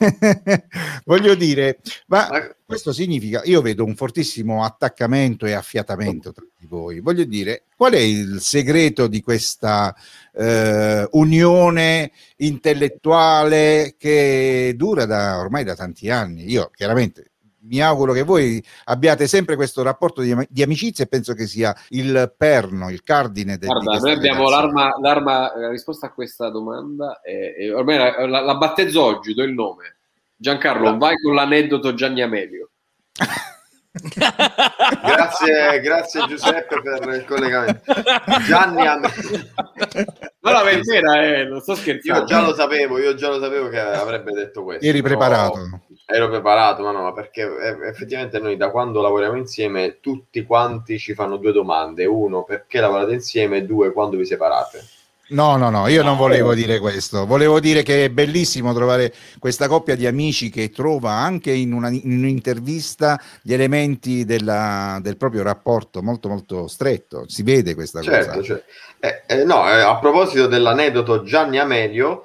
Voglio dire, ma questo significa, io vedo un fortissimo attaccamento e affiatamento tra di voi. Voglio dire, qual è il segreto di questa eh, unione intellettuale che dura da, ormai da tanti anni? Io chiaramente mi auguro che voi abbiate sempre questo rapporto di, di amicizia e penso che sia il perno, il cardine del Guarda, noi abbiamo l'arma, l'arma, la risposta a questa domanda è, è, ormai la, la, la battezzo oggi, do il nome. Giancarlo, no. Vai con l'aneddoto Gianni Amelio. grazie, grazie Giuseppe per il collegamento. Gianni Amelio. No, la vera, eh, non sto scherzando. Io già lo sapevo, io già lo sapevo che avrebbe detto questo. Eri preparato? Ero preparato, ma no, perché effettivamente noi da quando lavoriamo insieme tutti quanti ci fanno due domande. Uno, perché lavorate insieme? E due, quando vi separate? No, no, no, io non volevo dire questo, volevo dire che è bellissimo trovare questa coppia di amici che trova anche in, una, in un'intervista gli elementi della, del proprio rapporto molto molto stretto, si vede questa certo, cosa. certo. Eh, eh, no, eh, a proposito dell'aneddoto Gianni Amelio,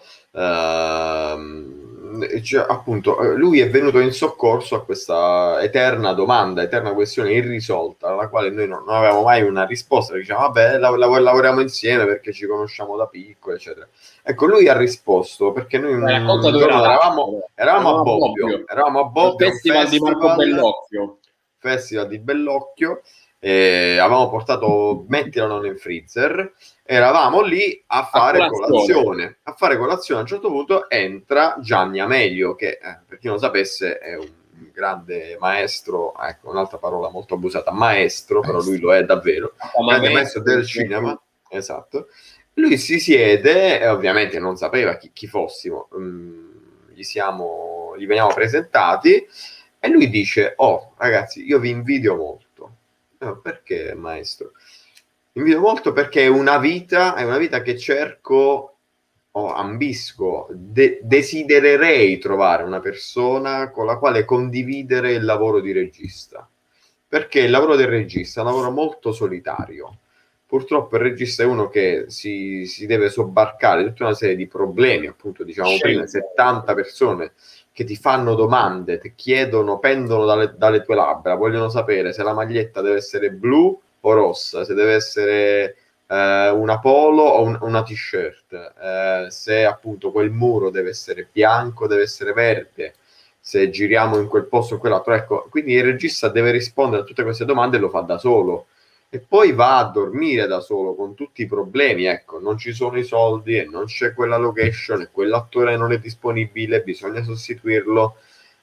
ehm, cioè, appunto, eh, lui è venuto in soccorso a questa eterna domanda, eterna questione irrisolta, alla quale noi non, non avevamo mai una risposta. Diciamo, vabbè, lav- lav- lavoriamo insieme perché ci conosciamo da piccolo, eccetera. Ecco, lui ha risposto perché noi un, racconta un dove giorno eravate. eravamo, eravamo a Bobbio, eravamo a Bobbio, al un festival di Marco festival, Bellocchio. festival di Bellocchio, e avevamo portato mettila non in freezer. Eravamo lì a fare A colazione. colazione. A fare colazione a un certo punto entra Gianni Amelio, che eh, per chi non lo sapesse è un grande maestro, ecco un'altra parola molto abusata, maestro, però lui lo è davvero, Oh, grande maestro, maestro del cinema, esatto. Lui si siede e ovviamente non sapeva chi, chi fossimo, mm, gli, siamo, gli veniamo presentati e lui dice, oh ragazzi, io vi invidio molto. No, perché maestro? Invidio molto perché è una vita, è una vita che cerco, o ambisco, de- desidererei trovare una persona con la quale condividere il lavoro di regista. Perché il lavoro del regista è un lavoro molto solitario. Purtroppo il regista è uno che si, si deve sobbarcare tutta una serie di problemi, appunto, diciamo prima, settanta persone che ti fanno domande, ti chiedono, pendono dalle, dalle tue labbra, vogliono sapere se la maglietta deve essere blu o rossa, se deve essere eh, una polo o un, una t-shirt, eh, se appunto quel muro deve essere bianco, deve essere verde, se giriamo in quel posto o quell'altro. Ecco, quindi il regista deve rispondere a tutte queste domande e lo fa da solo. E poi va a dormire da solo con tutti i problemi, ecco, non ci sono i soldi e non c'è quella location e quell'attore non è disponibile, bisogna sostituirlo.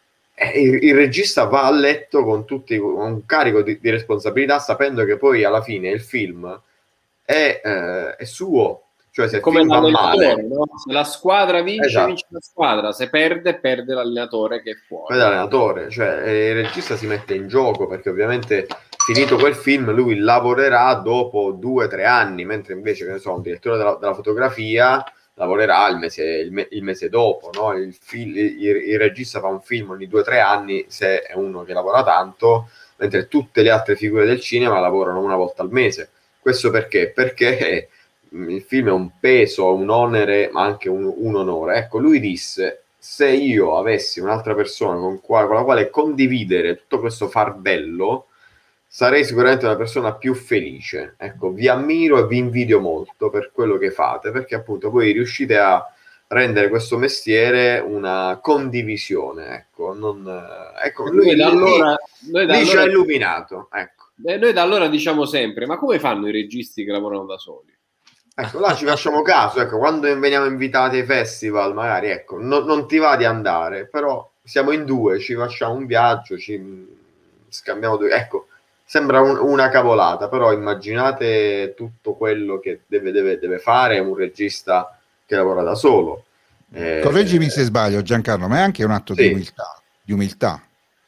E il, il regista va a letto con tutti un carico di, di responsabilità, sapendo che poi alla fine il film è, eh, è suo, cioè se il come film va male, no? Se la squadra vince, esatto, vince la squadra, se perde, perde l'allenatore che è fuori. poi l'allenatore, cioè il regista si mette in gioco perché ovviamente finito quel film lui lavorerà dopo due o tre anni, mentre invece che ne so, un direttore della, della fotografia lavorerà il mese, il, me, il mese dopo, no? il, il, il, il regista fa un film ogni due o tre anni se è uno che lavora tanto, mentre tutte le altre figure del cinema lavorano una volta al mese. Questo perché? Perché il film è un peso, un onere, ma anche un, un onore. Ecco, lui disse, se io avessi un'altra persona con, qua, con la quale condividere tutto questo farbello, sarei sicuramente una persona più felice. Ecco, vi ammiro e vi invidio molto per quello che fate, perché appunto voi riuscite a rendere questo mestiere una condivisione. Ecco, non, ecco lui, noi da allora, lì, noi da lì allora, ci ha illuminato. Ecco. Eh, noi da allora diciamo sempre, ma come fanno i registi che lavorano da soli? Ecco, là ci facciamo caso, ecco, quando veniamo invitati ai festival, magari, ecco, no, non ti va di andare, però siamo in due, ci facciamo un viaggio, ci scambiamo due, ecco, sembra un, una cavolata, però immaginate tutto quello che deve, deve, deve fare un regista che lavora da solo. Eh, Correggimi se sbaglio, Giancarlo, ma è anche un atto sì. di umiltà, di umiltà.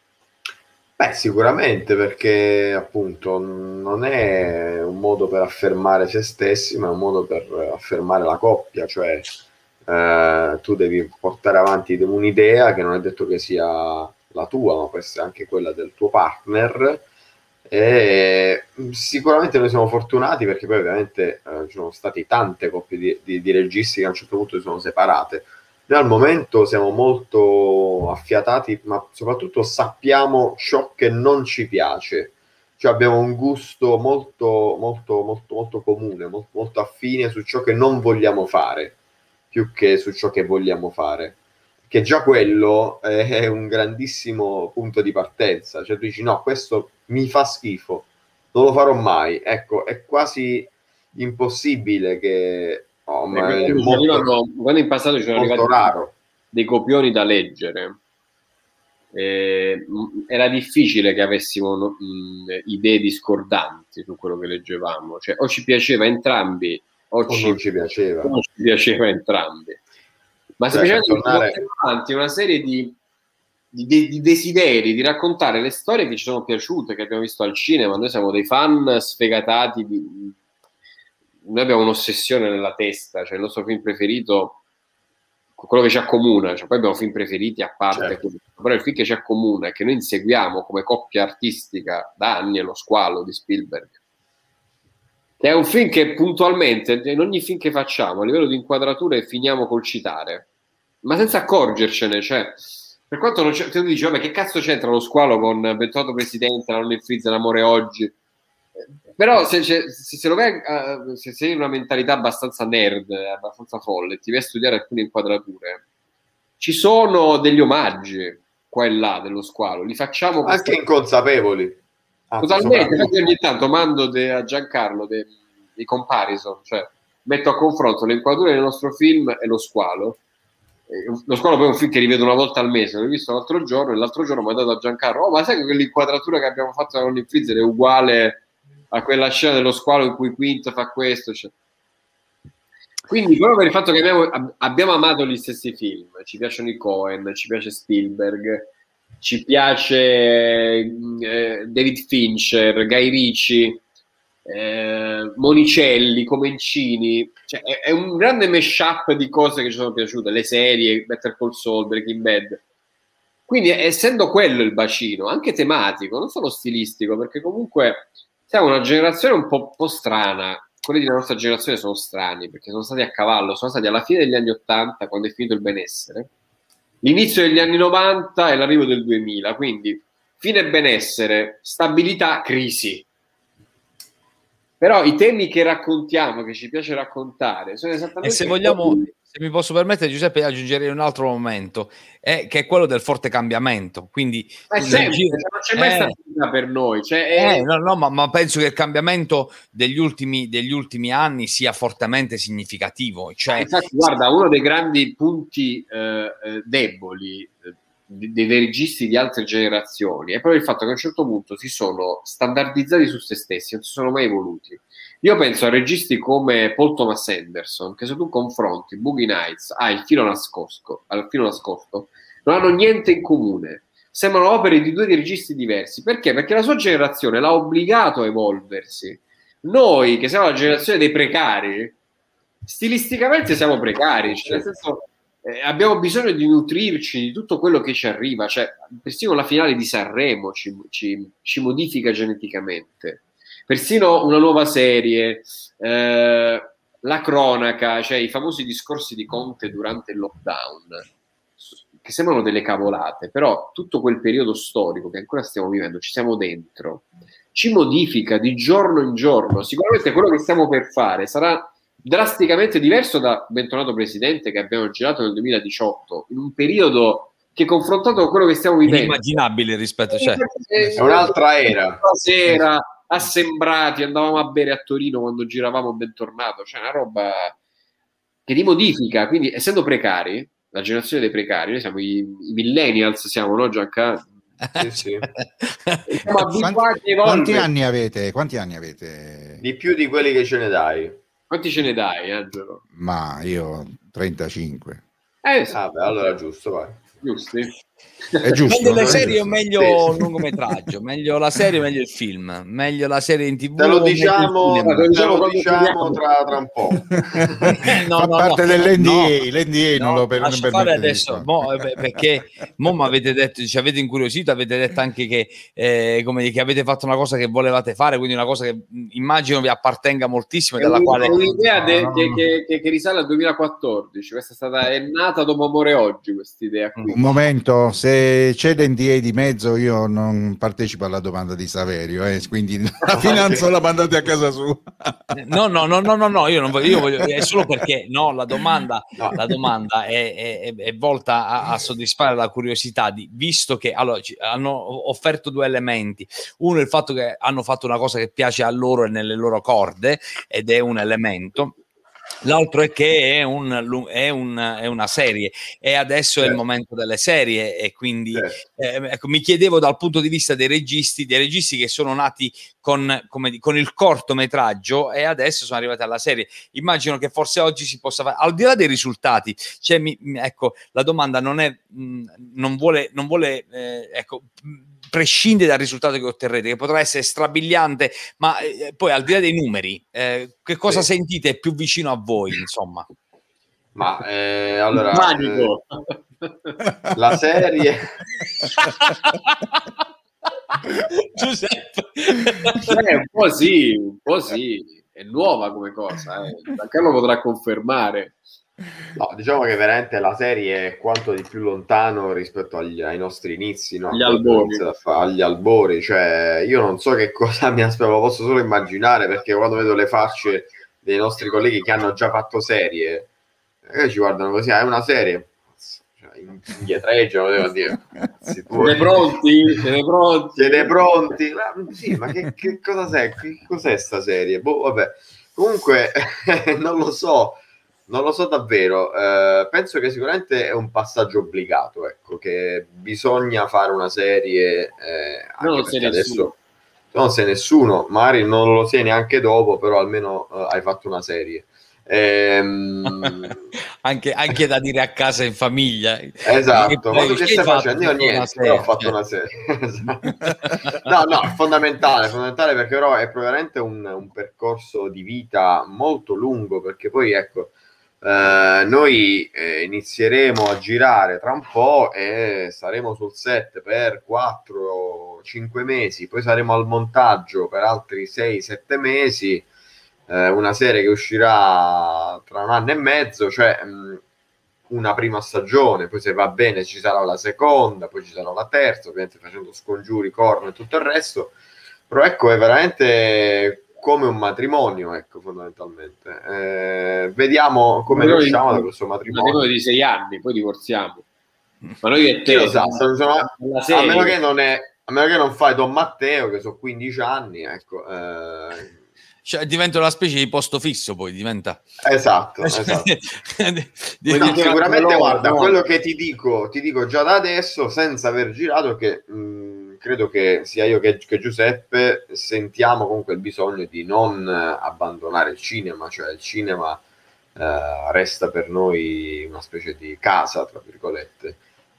Beh, sicuramente, perché appunto non è un modo per affermare se stessi, ma è un modo per affermare la coppia, cioè eh, tu devi portare avanti un'idea che non è detto che sia la tua, ma può essere anche quella del tuo partner. E sicuramente noi siamo fortunati perché poi ovviamente eh, ci sono state tante coppie di, di, di registi che a un certo punto si sono separate. Noi al momento siamo molto affiatati, ma soprattutto sappiamo ciò che non ci piace, cioè abbiamo un gusto molto molto molto molto comune, molto, molto affine su ciò che non vogliamo fare, più che su ciò che vogliamo fare, che già quello è un grandissimo punto di partenza, cioè tu dici no, questo mi fa schifo, non lo farò mai, ecco, è quasi impossibile che oh, ma quando, molto, arrivano, quando in passato ci sono arrivati raro. dei copioni da leggere, eh, era difficile che avessimo mh, idee discordanti su quello che leggevamo, cioè o ci piaceva entrambi o, o ci, non ci piaceva, non ci piaceva entrambi, ma cioè, semplicemente tornare... portare avanti una serie di, di, di, di desideri, di raccontare le storie che ci sono piaciute, che abbiamo visto al cinema. Noi siamo dei fan sfegatati di noi abbiamo un'ossessione nella testa, cioè il nostro film preferito, quello che ci accomuna, cioè poi abbiamo film preferiti a parte, certo. Però il film che ci accomuna e che noi inseguiamo come coppia artistica da anni è Lo squalo di Spielberg, che è un film che puntualmente in ogni film che facciamo a livello di inquadrature finiamo col citare, ma senza accorgercene, cioè per quanto non c'è, tu dici vabbè che cazzo c'entra Lo squalo con Bentornato Presidente, La nonna in freezer, L'amore oggi, però se, se, se lo vai uh, se sei in una mentalità abbastanza nerd, abbastanza folle, ti vai a studiare alcune inquadrature, ci sono degli omaggi qua e là dello squalo, li facciamo anche inconsapevoli. Ah, totalmente, ogni tanto mando de, a Giancarlo dei de comparison, cioè metto a confronto le inquadrature del nostro film e Lo squalo. Lo squalo poi è un film che rivedo una volta al mese, l'ho visto l'altro giorno e l'altro giorno ho mandato a Giancarlo, oh ma sai che quell'inquadratura che abbiamo fatto da Ronnie Freezer è uguale a quella scena dello squalo in cui Quint fa questo, cioè. Quindi proprio per il fatto che abbiamo, abbiamo amato gli stessi film, ci piacciono i Coen, ci piace Spielberg, ci piace eh, David Fincher, Guy Ritchie, eh, Monicelli, Comencini, cioè, è, è un grande mashup di cose che ci sono piaciute, le serie, Better Call Saul, Breaking Bad. Quindi essendo quello il bacino, anche tematico, non solo stilistico, perché comunque siamo una generazione un po', po' strana, quelli della nostra generazione sono strani, perché sono stati a cavallo, sono stati alla fine degli anni Ottanta, quando è finito il benessere, l'inizio degli anni novanta e l'arrivo del duemila, quindi fine benessere, stabilità, crisi. Però i temi che raccontiamo, che ci piace raccontare, sono esattamente... E se vogliamo, se mi posso permettere, Giuseppe, aggiungerei un altro momento, eh, che è quello del forte cambiamento. Quindi eh, sempre, giro, non c'è mai eh, stata per noi. Cioè, è... eh, no, no, ma, ma penso che il cambiamento degli ultimi, degli ultimi anni sia fortemente significativo. Cioè... Infatti, guarda, uno dei grandi punti eh, deboli eh, dei registi di altre generazioni è proprio il fatto che a un certo punto si sono standardizzati su se stessi, non si sono mai evoluti. Io penso a registi come Paul Thomas Anderson, che se tu confronti Boogie Nights a Il filo nascosto, al filo nascosto, non hanno niente in comune, sembrano opere di due registi diversi. Perché? Perché la sua generazione l'ha obbligato a evolversi. Noi, che siamo la generazione dei precari, stilisticamente siamo precari, cioè nel senso Eh, abbiamo bisogno di nutrirci di tutto quello che ci arriva, cioè persino la finale di Sanremo ci, ci, ci modifica geneticamente, persino una nuova serie, eh, la cronaca, cioè i famosi discorsi di Conte durante il lockdown, che sembrano delle cavolate, però tutto quel periodo storico che ancora stiamo vivendo, ci siamo dentro, ci modifica di giorno in giorno. Sicuramente quello che stiamo per fare sarà drasticamente diverso da Bentornato Presidente che abbiamo girato nel duemiladiciotto, in un periodo che confrontato con quello che stiamo vivendo inimmaginabile rispetto, cioè è un'altra era. Sera assembrati, andavamo a bere a Torino quando giravamo Bentornato, cioè una roba che ti modifica. Quindi essendo precari, la generazione dei precari, noi siamo i, i millennials, siamo, no Giancarlo? Sì, sì. Quanti, quanti anni avete? Quanti anni avete? Di più di quelli che ce ne dai. Quanti ce ne dai, Angelo? Ma io trentacinque. Eh, sì. Ah, beh, allora giusto, vai. Giusti. È giusto. Meglio le serie o meglio sì, un lungometraggio? Meglio la serie o meglio il film? Meglio la serie in tv? Te lo diciamo, te lo diciamo, lo diciamo tra, tra un po'. no, Fa no, parte no, dell'N D A, no, l'N D A no, non lo per, lascia fare adesso, mo, perché mo mi avete detto, ci avete incuriosito, avete detto anche che, eh, come che avete fatto una cosa che volevate fare, quindi una cosa che immagino vi appartenga moltissimo e dalla è quale... un'idea no, de, no, che, no. Che, che, che risale al duemilaquattordici. Questa è stata è nata dopo Amore Oggi, questa idea qui. Un momento, se c'è l'N D A di mezzo io non partecipo alla domanda di Saverio, eh, quindi la finanza la mandate a casa sua. No, no, no, no, no, no, io non voglio, io voglio, è solo perché no, la domanda, No. la domanda è, è, è volta a, a soddisfare la curiosità di, visto che allora, ci, hanno offerto due elementi, uno è il fatto che hanno fatto una cosa che piace a loro e nelle loro corde ed è un elemento. L'altro è che è, un, è, un, è una serie e adesso certo. È il momento delle serie e quindi certo. eh, ecco, mi chiedevo dal punto di vista dei registi, dei registi che sono nati con, come, con il cortometraggio e adesso sono arrivati alla serie. Immagino che forse oggi si possa fare, al di là dei risultati, cioè, mi, ecco, la domanda non è, mh, non vuole, non vuole eh, ecco, prescinde dal risultato che otterrete, che potrà essere strabiliante, ma eh, poi al di là dei numeri, eh, che cosa sì. sentite più vicino a voi, insomma? Ma eh, allora eh, la serie Giuseppe eh, un po' sì, un po' sì, è nuova come cosa, eh. Carlo potrà confermare. No, diciamo che veramente la serie è quanto di più lontano rispetto agli, ai nostri inizi, no? Agli albori. Agli albori, cioè io non so che cosa mi aspetto, posso solo immaginare, perché quando vedo le facce dei nostri colleghi che hanno già fatto serie, eh, ci guardano così, ah, è una serie, cioè, indietreggiano, devo dire. Siete pronti? Siete pronti? Siete pronti? Ma, sì, ma che, che cosa sei? Che cos'è sta serie? Boh, vabbè. Comunque, non lo so. Non lo so davvero, eh, penso che sicuramente è un passaggio obbligato, ecco, che bisogna fare una serie, eh, anche non perché sei adesso nessuno. non sei nessuno, magari non lo sei neanche dopo, però almeno eh, hai fatto una serie. Ehm... anche, anche da dire a casa in famiglia. Esatto, ma tu che stai facendo? Io niente, però ho fatto una serie. No, no, è fondamentale, fondamentale perché però è veramente un, un percorso di vita molto lungo, perché poi ecco, Uh, noi eh, inizieremo a girare tra un po' e saremo sul set per quattro cinque mesi, poi saremo al montaggio per altri sei sette mesi, eh, una serie che uscirà tra un anno e mezzo, cioè mh, una prima stagione, poi se va bene ci sarà la seconda, poi ci sarà la terza, ovviamente facendo scongiuri, corno e tutto il resto, però ecco è veramente come un matrimonio, ecco, fondamentalmente. Eh, vediamo come ne usciamo da questo matrimonio. Un matrimonio di sei anni, poi divorziamo. Ma noi e te, lo sa, insomma, a meno che non è, a meno che non fai Don Matteo, che sono quindici anni, ecco. Eh... Cioè, diventa una specie di posto fisso, poi diventa. Esatto, esatto. No, sicuramente, guarda, no. Quello che ti dico, ti dico già da adesso, senza aver girato, che mh, credo che sia io che, che Giuseppe sentiamo comunque il bisogno di non abbandonare il cinema, cioè il cinema eh, resta per noi una specie di casa, tra virgolette.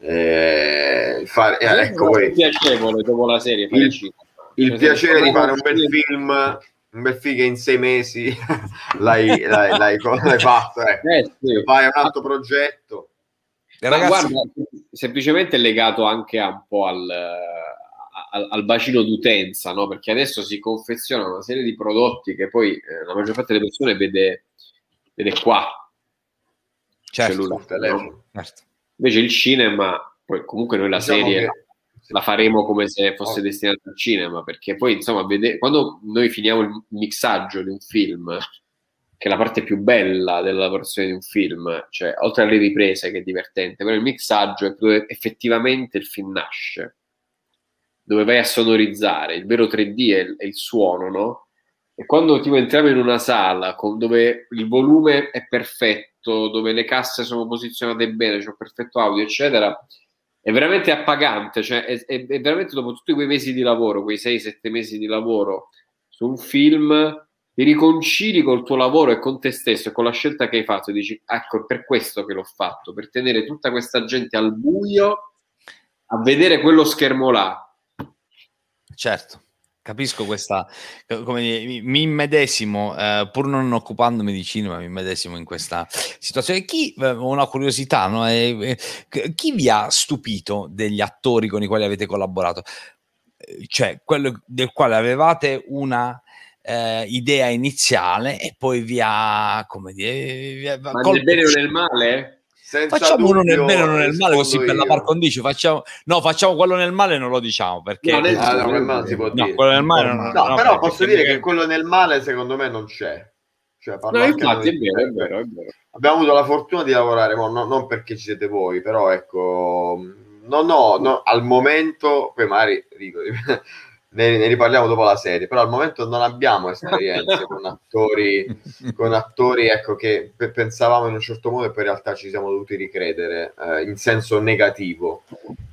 Eh, fare, eh, ecco, è piacevole dopo la serie. Il, il, il piacere di fare un bel film. Un bel film che in sei mesi l'hai, l'hai, l'hai, l'hai fatto, ecco. eh, sì. Vai a un altro progetto. Ma ragazzi, guarda, semplicemente è legato anche a un po' al, al, al bacino d'utenza, no? Perché adesso si confeziona una serie di prodotti che poi eh, la maggior parte delle persone vede, vede qua. Certo, cellulare, telefono. Certo. Invece il cinema, poi comunque noi la diciamo serie... Che... la faremo come se fosse oh. destinata al cinema, perché poi insomma vede- quando noi finiamo il mixaggio di un film, che è la parte più bella della lavorazione di un film, cioè oltre alle riprese che è divertente, però il mixaggio è dove effettivamente il film nasce, dove vai a sonorizzare, il vero tre D è il, è il suono, no? E quando tipo entriamo in una sala con, dove il volume è perfetto, dove le casse sono posizionate bene, c'è un perfetto audio, eccetera, è veramente appagante, cioè è, è, è veramente dopo tutti quei mesi di lavoro, quei sei sette mesi di lavoro su un film, ti riconcili col tuo lavoro e con te stesso e con la scelta che hai fatto e dici, ecco, è per questo che l'ho fatto, per tenere tutta questa gente al buio a vedere quello schermo là. Certo. Capisco questa, come dire, mi immedesimo, eh, pur non occupandomi di cinema, mi immedesimo in questa situazione. Chi, eh, una curiosità, no? eh, eh, chi vi ha stupito degli attori con i quali avete collaborato? Eh, cioè, quello del quale avevate una eh, idea iniziale e poi vi ha, come dire... Vi ha, Ma nel bene o nel male? Senza facciamo uno nel bene e uno nel male, così io. per la par condicio facciamo no facciamo quello nel male, non lo diciamo perché no, nel, ah, no, nel male si può no, dire. quello nel male non, no, no, però posso dire perché... che quello nel male secondo me non c'è, cioè, no, infatti è vero, è vero, è vero. Abbiamo avuto la fortuna di lavorare, no, no, non perché ci siete voi, però ecco no no, no al momento poi magari dico, ne, ne riparliamo dopo la serie, però al momento non abbiamo esperienze con attori con attori ecco che pe- pensavamo in un certo modo e poi in realtà ci siamo dovuti ricredere eh, in senso negativo.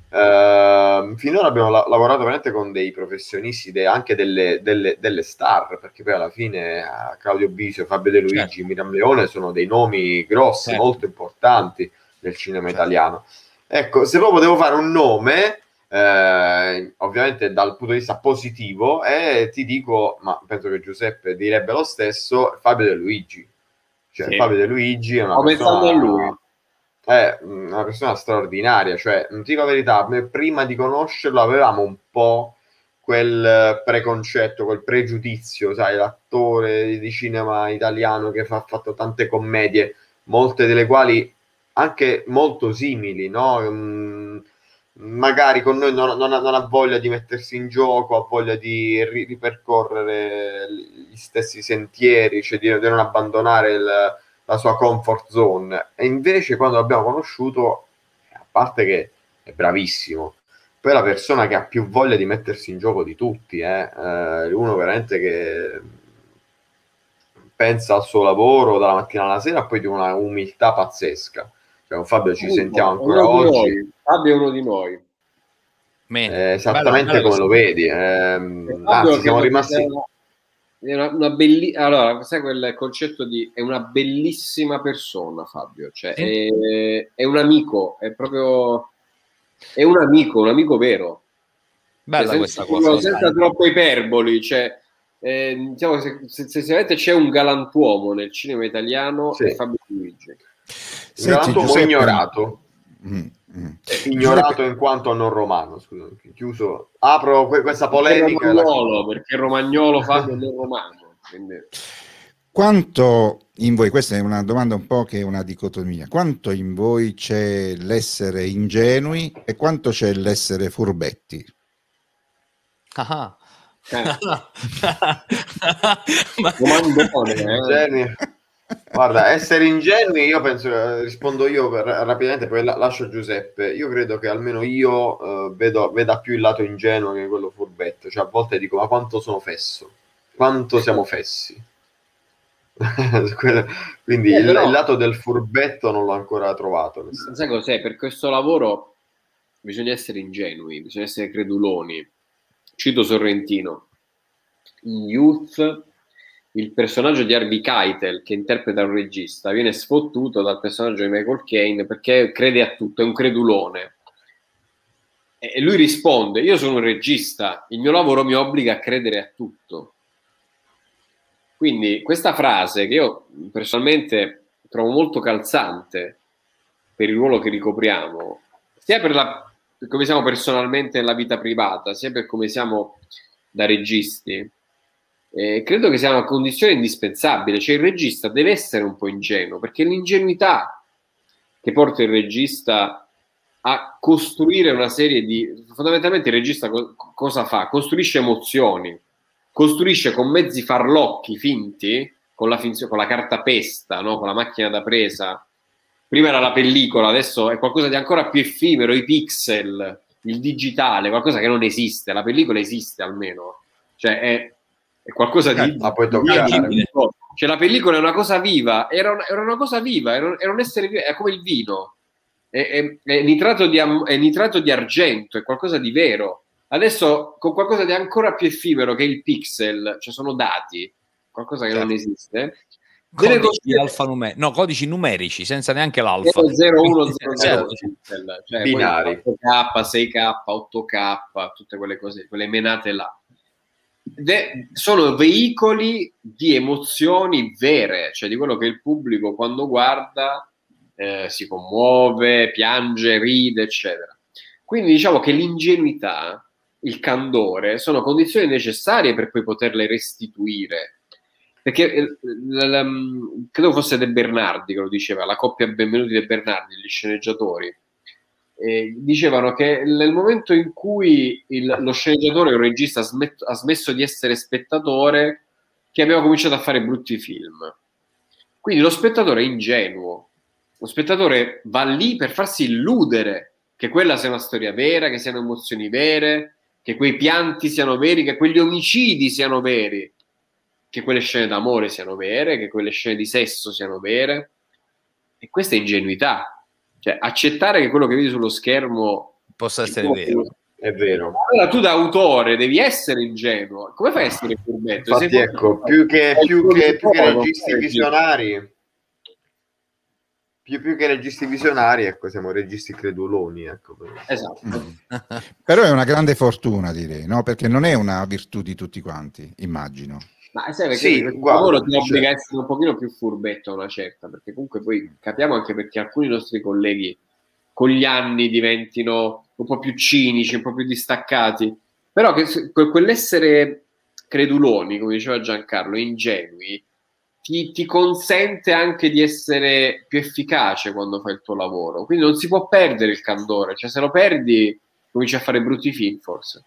Uh, finora abbiamo la- lavorato veramente con dei professionisti, de- anche delle, delle, delle star, perché poi alla fine uh, Claudio Bisio, Fabio De Luigi, certo. Miriam Leone sono dei nomi grossi, certo. molto importanti del cinema certo. italiano. Ecco, se proprio devo fare un nome eh, ovviamente dal punto di vista positivo, e ti dico, ma penso che Giuseppe direbbe lo stesso, Fabio De Luigi. Cioè, sì. Fabio De Luigi è una Ho persona... a lui. È una persona straordinaria, cioè, non ti dico la verità, prima di conoscerlo avevamo un po' quel preconcetto, quel pregiudizio, sai, l'attore di cinema italiano che fa, ha fatto tante commedie, molte delle quali anche molto simili, no? Mm, magari con noi non, non, ha, non ha voglia di mettersi in gioco, ha voglia di ri- ripercorrere gli stessi sentieri, cioè di, di non abbandonare il, la sua comfort zone. E invece quando l'abbiamo conosciuto, a parte che è bravissimo, poi è la persona che ha più voglia di mettersi in gioco di tutti, eh? Eh, uno veramente che pensa al suo lavoro dalla mattina alla sera, poi di una umiltà pazzesca. Cioè, con Fabio ci sentiamo ancora oggi. Fabio è uno di noi. Eh, esattamente bello, bello come lo vedi. Eh, anzi, siamo rimasti... È una, una belli... Allora, sai quel concetto di è una bellissima persona, Fabio. Cioè, è, è un amico, è proprio... È un amico, un amico vero. Bella cioè, questa senza, cosa. Senza troppo iperboli, cioè... Eh, diciamo, se, se, se, se c'è un galantuomo nel cinema italiano, sì, è Fabio Luigi. Un galantuomo Giuseppe... ignorato. Mm, mm. Ignorato Giuseppe... in quanto non romano. Scusa, chiuso. Apro que- questa polemica. Perché Romagnolo, la... perché Romagnolo Fabio non romano. Quindi... Quanto in voi, questa è una domanda un po' che è una dicotomia, quanto in voi c'è l'essere ingenui e quanto c'è l'essere furbetti? Ah. Eh. Ma... ingenui. Guarda, essere ingenui, io penso, rispondo io per, rapidamente, poi la, lascio Giuseppe. Io credo che almeno io uh, vedo, veda più il lato ingenuo che quello furbetto, cioè a volte dico ma quanto sono fesso, quanto siamo fessi. Quindi eh, il, però, il lato del furbetto non l'ho ancora trovato. Sai cos'è? Per questo lavoro bisogna essere ingenui, bisogna essere creduloni. Cito Sorrentino. In Youth il personaggio di Harvey Keitel, che interpreta un regista, viene sfottuto dal personaggio di Michael Caine perché crede a tutto, è un credulone. E lui risponde: io sono un regista, il mio lavoro mi obbliga a credere a tutto. Quindi questa frase, che io personalmente trovo molto calzante per il ruolo che ricopriamo, sia per, la, per come siamo personalmente nella vita privata, sia per come siamo da registi, eh, credo che sia una condizione indispensabile. Cioè il regista deve essere un po' ingenuo, perché è l'ingenuità che porta il regista a costruire una serie di... Fondamentalmente il regista co- cosa fa? Costruisce emozioni, costruisce con mezzi farlocchi finti, con la, finzione, con la cartapesta, no? Con la macchina da presa. Prima era la pellicola, adesso è qualcosa di ancora più effimero, i pixel, il digitale, qualcosa che non esiste. La pellicola esiste almeno, cioè è, è qualcosa di... La puoi toccare. Cioè la pellicola è una cosa viva, era una, era una cosa viva, era un, era un essere vivo, è come il vino, è, è, è, nitrato di, è nitrato di argento, è qualcosa di vero. Adesso con qualcosa di ancora più effimero che il pixel, cioè sono dati, qualcosa che certo. non esiste. Codici cose... alfanumerici, no, codici numerici senza neanche l'alfa. zero uno zero zero cioè binari. otto K, sei K, otto K, tutte quelle cose, quelle menate là. De- sono veicoli di emozioni vere, cioè di quello che il pubblico quando guarda eh, si commuove, piange, ride, eccetera. Quindi diciamo che l'ingenuità, il candore sono condizioni necessarie per poi poterle restituire, perché la, la, credo fosse De Bernardi che lo diceva, la coppia Benvenuti De Bernardi, gli sceneggiatori, eh, dicevano che nel momento in cui il, lo sceneggiatore o il regista ha, smet, ha smesso di essere spettatore, che abbiamo cominciato a fare brutti film. Quindi lo spettatore è ingenuo, lo spettatore va lì per farsi illudere che quella sia una storia vera, che siano emozioni vere, che quei pianti siano veri, che quegli omicidi siano veri, che quelle scene d'amore siano vere, che quelle scene di sesso siano vere. E questa è ingenuità. Cioè, accettare che quello che vedi sullo schermo possa essere vero. È vero. Allora tu da autore devi essere ingenuo. Come fai a essere furbetto? Infatti, Sei ecco, più che, più che, più che registi visionari, più, più che registi visionari, ecco, siamo registi creduloni, ecco. Esatto. Mm. Però è una grande fortuna, direi, no? Perché non è una virtù di tutti quanti, immagino. Ma sai, perché sì, il guarda, lavoro ti cioè... obbliga a essere un pochino più furbetto a una certa, perché comunque poi capiamo anche perché alcuni nostri colleghi con gli anni diventino un po' più cinici, un po' più distaccati, però che quell'essere creduloni, come diceva Giancarlo, ingenui, ti, ti consente anche di essere più efficace quando fai il tuo lavoro, quindi non si può perdere il candore, cioè se lo perdi cominci a fare brutti film forse.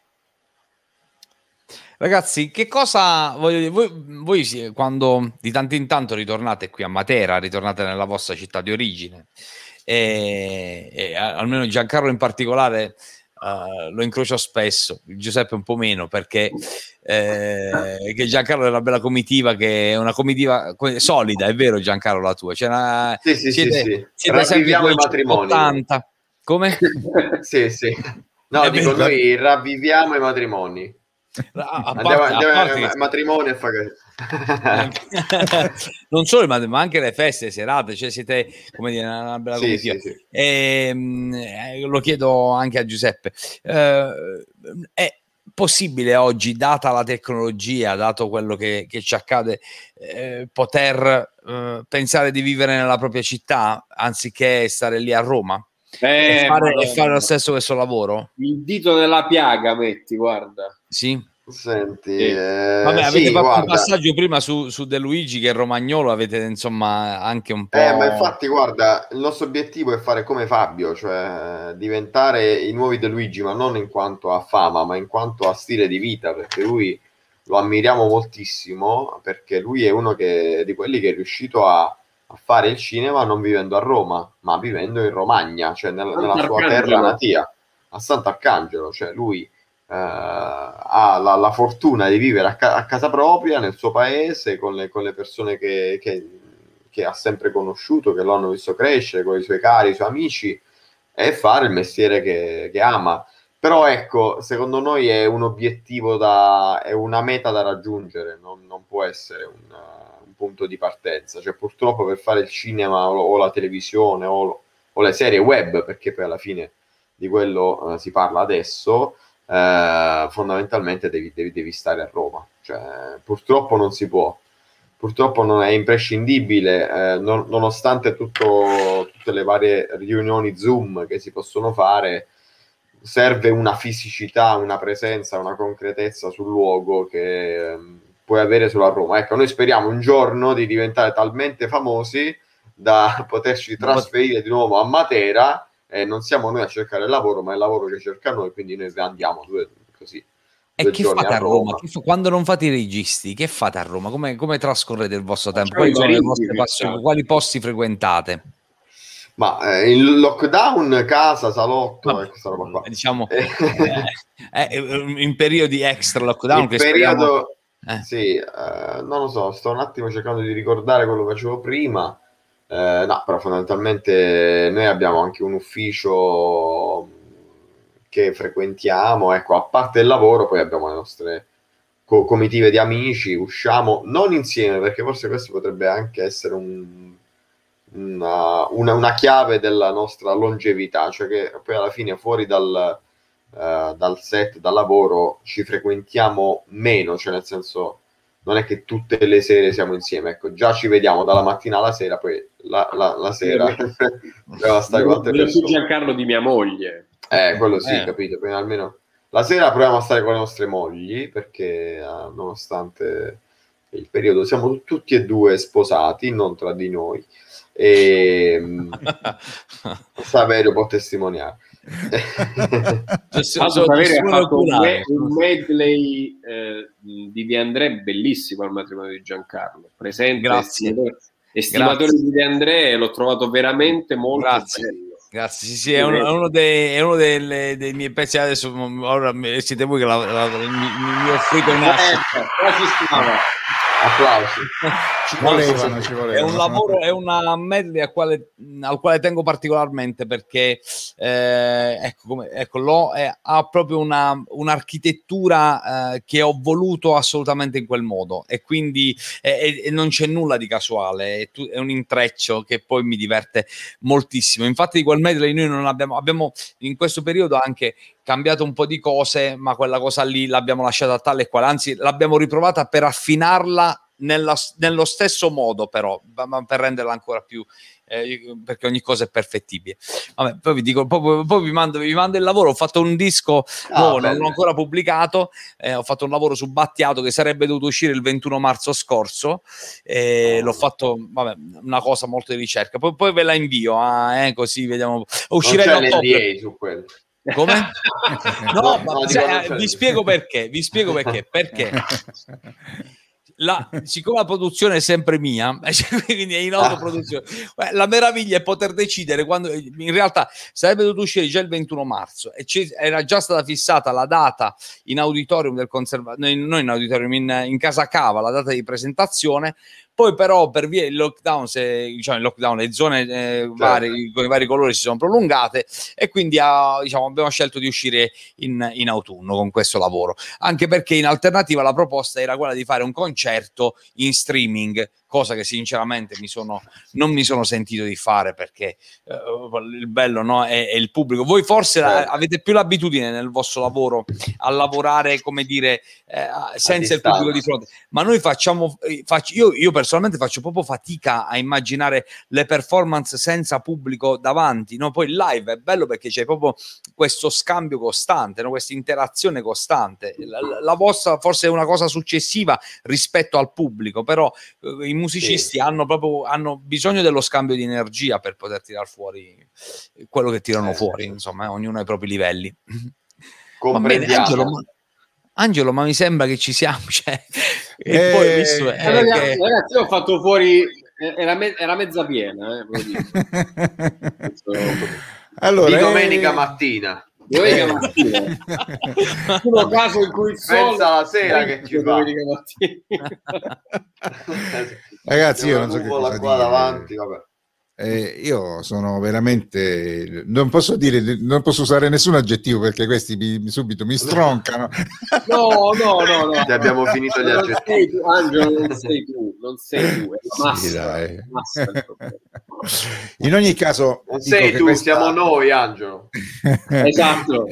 Ragazzi, che cosa voglio, voi, voi quando di tanto in tanto ritornate qui a Matera, ritornate nella vostra città di origine, e, e almeno Giancarlo in particolare uh, lo incrocio spesso, Giuseppe un po' meno, perché eh, che Giancarlo è una bella comitiva, che è una comitiva solida, è vero Giancarlo la tua? Cioè una, sì, sì, siete, sì, sì. siete sempre i matrimoni. ottanta. Come? Sì, sì. No, è dico, vero. noi ravviviamo i matrimoni. A andiamo parte, andiamo a parte ai che... matrimoni e fare non solo, ma, ma anche le feste, le serate, cioè siete come dire una bella sì, comitiva. sì, sì. E, eh, lo chiedo anche a Giuseppe. Eh, è possibile oggi, data la tecnologia, dato quello che, che ci accade, eh, poter eh, pensare di vivere nella propria città anziché stare lì a Roma? Eh, e, fare, e fare lo stesso questo lavoro? Il dito nella piaga metti, guarda. Sì. Senti, sì. eh, Vabbè, avete sì, fatto guarda. un passaggio prima su, su De Luigi che è romagnolo, avete insomma anche un po'... Eh, ma infatti guarda, il nostro obiettivo è fare come Fabio, cioè diventare i nuovi De Luigi, ma non in quanto a fama, ma in quanto a stile di vita, perché lui lo ammiriamo moltissimo, perché lui è uno che, di quelli che è riuscito a, a fare il cinema non vivendo a Roma, ma vivendo in Romagna, cioè nel, nella sua terra natia, a Sant'Arcangelo, cioè lui... Uh, ha la, la fortuna di vivere a, ca- a casa propria, nel suo paese, con le, con le persone che, che, che ha sempre conosciuto, che lo hanno visto crescere, con i suoi cari, i suoi amici, e fare il mestiere che, che ama. Però ecco, secondo noi è un obiettivo da, è una meta da raggiungere, non, non può essere un, uh, un punto di partenza. Cioè, purtroppo per fare il cinema o, o la televisione o, o le serie web, perché poi alla fine di quello uh, si parla adesso, Uh, fondamentalmente devi, devi, devi stare a Roma, cioè, purtroppo non si può, purtroppo non è imprescindibile, eh, non, nonostante tutto, tutte le varie riunioni Zoom che si possono fare, serve una fisicità, una presenza, una concretezza sul luogo che um, puoi avere solo a Roma. Ecco, noi speriamo un giorno di diventare talmente famosi da poterci trasferire di nuovo a Matera. Eh, non siamo noi a cercare il lavoro, ma è il lavoro che cerca noi, quindi noi andiamo due, così, e due che giorni fate a Roma. Roma? Che fa, quando non fate i registi, che fate a Roma? Come, come trascorrete il vostro tempo? Quali Quali sono le vostre passioni? Quali posti frequentate? Ma eh, in lockdown, casa, salotto, Vabbè, e questa roba qua. Diciamo eh, eh, in periodi extra lockdown. In che periodo, speriamo... eh. sì, eh, non lo so, sto un attimo cercando di ricordare quello che facevo prima. Eh, no, però fondamentalmente noi abbiamo anche un ufficio che frequentiamo, ecco, a parte il lavoro poi abbiamo le nostre co- comitive di amici, usciamo non insieme, perché forse questo potrebbe anche essere un, una, una, una chiave della nostra longevità, cioè che poi alla fine fuori dal, uh, dal set, dal lavoro ci frequentiamo meno, cioè nel senso non è che tutte le sere siamo insieme, ecco, già ci vediamo dalla mattina alla sera, poi la, la, la sera dobbiamo stare con altre persone. Giancarlo di mia moglie. Eh, quello sì, eh. capito, quindi almeno la sera proviamo a stare con le nostre mogli, perché eh, nonostante il periodo siamo tutti e due sposati, non tra di noi, e Saverio può testimoniare. Saverio ha fatto un, me- un medley eh, di De André bellissimo al matrimonio di Giancarlo, presente. Grazie. Estimatore, estimatore di De André, l'ho trovato veramente molto Grazie. bello. Grazie, sì, sì, è uno, è uno, dei, è uno delle, dei miei pezzi. Adesso ora siete voi che la, la, mi, mi offrite un assist. Applausi. Ci volevano, ci volevano. È un lavoro, è una medley al quale, al quale tengo particolarmente perché eh, ecco, come, ecco lo, è, ha proprio una, un'architettura eh, che ho voluto assolutamente in quel modo e quindi eh, eh, non c'è nulla di casuale, è, tu, è un intreccio che poi mi diverte moltissimo. Infatti di quel medley noi non abbiamo, abbiamo in questo periodo anche cambiato un po' di cose, ma quella cosa lì l'abbiamo lasciata tale e quale, anzi l'abbiamo riprovata per affinarla nella, nello stesso modo, però ma per renderla ancora più eh, perché ogni cosa è perfettibile. Vabbè, poi vi dico, poi, poi vi, mando, vi mando il lavoro. Ho fatto un disco ah, nuovo, bello. Non l'ho ancora pubblicato, eh, ho fatto un lavoro su Battiato che sarebbe dovuto uscire il ventuno marzo scorso, eh, oh. L'ho fatto, vabbè, una cosa molto di ricerca, poi, poi ve la invio, ah, eh, così vediamo. Uscirà in ottobre su quello. Come? No, no, ma no, cioè, eh, vi spiego perché, vi spiego perché, perché la, siccome la produzione è sempre mia, quindi è in autoproduzione, ah. la meraviglia è poter decidere quando, in realtà sarebbe dovuto uscire già il ventuno marzo e era già stata fissata la data in auditorium del conservatorio, non in auditorium, in, in Casa Cava, la data di presentazione. Poi però per via del lockdown, se, diciamo, il lockdown, le zone eh, certo. vari, con i vari colori si sono prolungate e quindi ha, diciamo, abbiamo scelto di uscire in, in autunno con questo lavoro, anche perché in alternativa la proposta era quella di fare un concerto in streaming, cosa che sinceramente mi sono, non mi sono sentito di fare perché uh, il bello, no, è, è il pubblico. Voi forse la, avete più l'abitudine nel vostro lavoro a lavorare, come dire, eh, senza il pubblico di fronte, ma noi facciamo, faccio, io, io personalmente faccio proprio fatica a immaginare le performance senza pubblico davanti, no? Poi il live è bello perché c'è proprio questo scambio costante, no? Questa interazione costante. La, la vostra forse è una cosa successiva rispetto al pubblico, però eh, i musicisti sì. hanno proprio hanno bisogno dello scambio di energia per poter tirar fuori quello che tirano eh, fuori, insomma, eh, ognuno ha i propri livelli. Comprendiamo. Angelo, ma, Angelo, ma mi sembra che ci siamo, cioè, e eh, poi visto, eh, ragazzi, che... ragazzi, io ho fatto fuori, era, me, era mezza piena, eh, allora, di domenica eh... mattina. Domenica mattina. Uno caso in cui il sole pensa la sera che ci fa. Ragazzi, io non so che cosa dire. Qua davanti, vabbè. Eh, io sono veramente, non posso dire, non posso usare nessun aggettivo perché questi mi, subito mi stroncano. No, no, no, no. Ti abbiamo finito gli non aggettivi. Sei tu, Angelo, non sei tu, non sei tu, è la massa, sì, dai. massa in ogni caso, non sei tu, questa... siamo noi, Angelo. Esatto.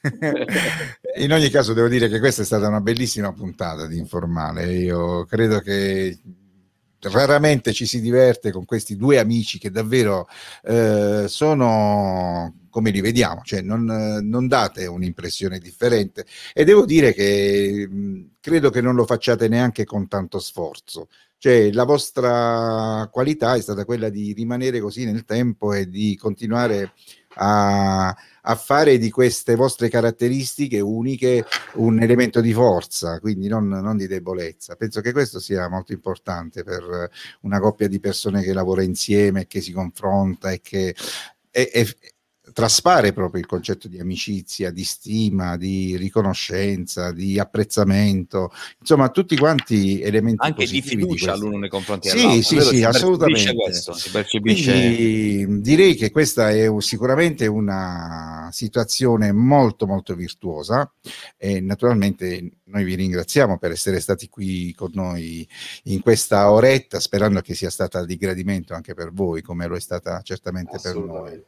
In ogni caso devo dire che questa è stata una bellissima puntata di Informale. Io credo che raramente ci si diverte con questi due amici che davvero eh, sono come li vediamo, cioè non, non date un'impressione differente e devo dire che mh, credo che non lo facciate neanche con tanto sforzo, cioè la vostra qualità è stata quella di rimanere così nel tempo e di continuare a, a fare di queste vostre caratteristiche uniche un elemento di forza, quindi non, non di debolezza. Penso che questo sia molto importante per una coppia di persone che lavora insieme, che si confronta e che è, è, traspare proprio il concetto di amicizia, di stima, di riconoscenza, di apprezzamento, insomma tutti quanti elementi anche di fiducia di l'uno nei confronti sì, dell'altro. sì, sì, si assolutamente. Questo, si percepisce... Quindi direi che questa è sicuramente una situazione molto molto virtuosa e naturalmente noi vi ringraziamo per essere stati qui con noi in questa oretta, sperando che sia stata di gradimento anche per voi, come lo è stata certamente per noi.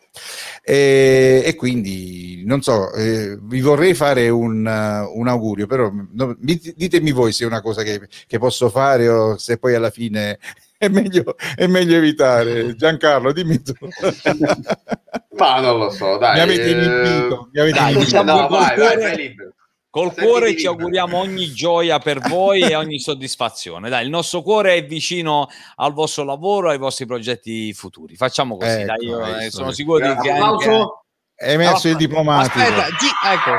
E, e quindi non so, eh, vi vorrei fare un, uh, un augurio, però no, ditemi voi se è una cosa che, che posso fare o se poi alla fine è meglio, è meglio evitare. Giancarlo, dimmi tu. Ma non lo so, dai. Mi avete inibito, mi avete dai, inibito. No, vai, vai, vai libero. Col Senti cuore ci auguriamo ogni gioia per voi e ogni soddisfazione. Dai, il nostro cuore è vicino al vostro lavoro e ai vostri progetti futuri. Facciamo così, ecco, dai, io eh, sono sicuro di che anche... È messo no, il diplomatico. Aspetta, G- ecco.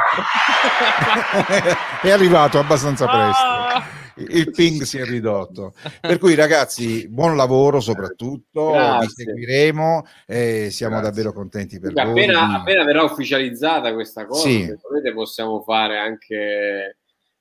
È arrivato abbastanza presto. Ah! Il ping si è ridotto, per cui ragazzi buon lavoro, soprattutto Grazie. Vi seguiremo e siamo Grazie. davvero contenti per appena, voi appena, appena verrà ufficializzata questa cosa, sì. se volete possiamo fare anche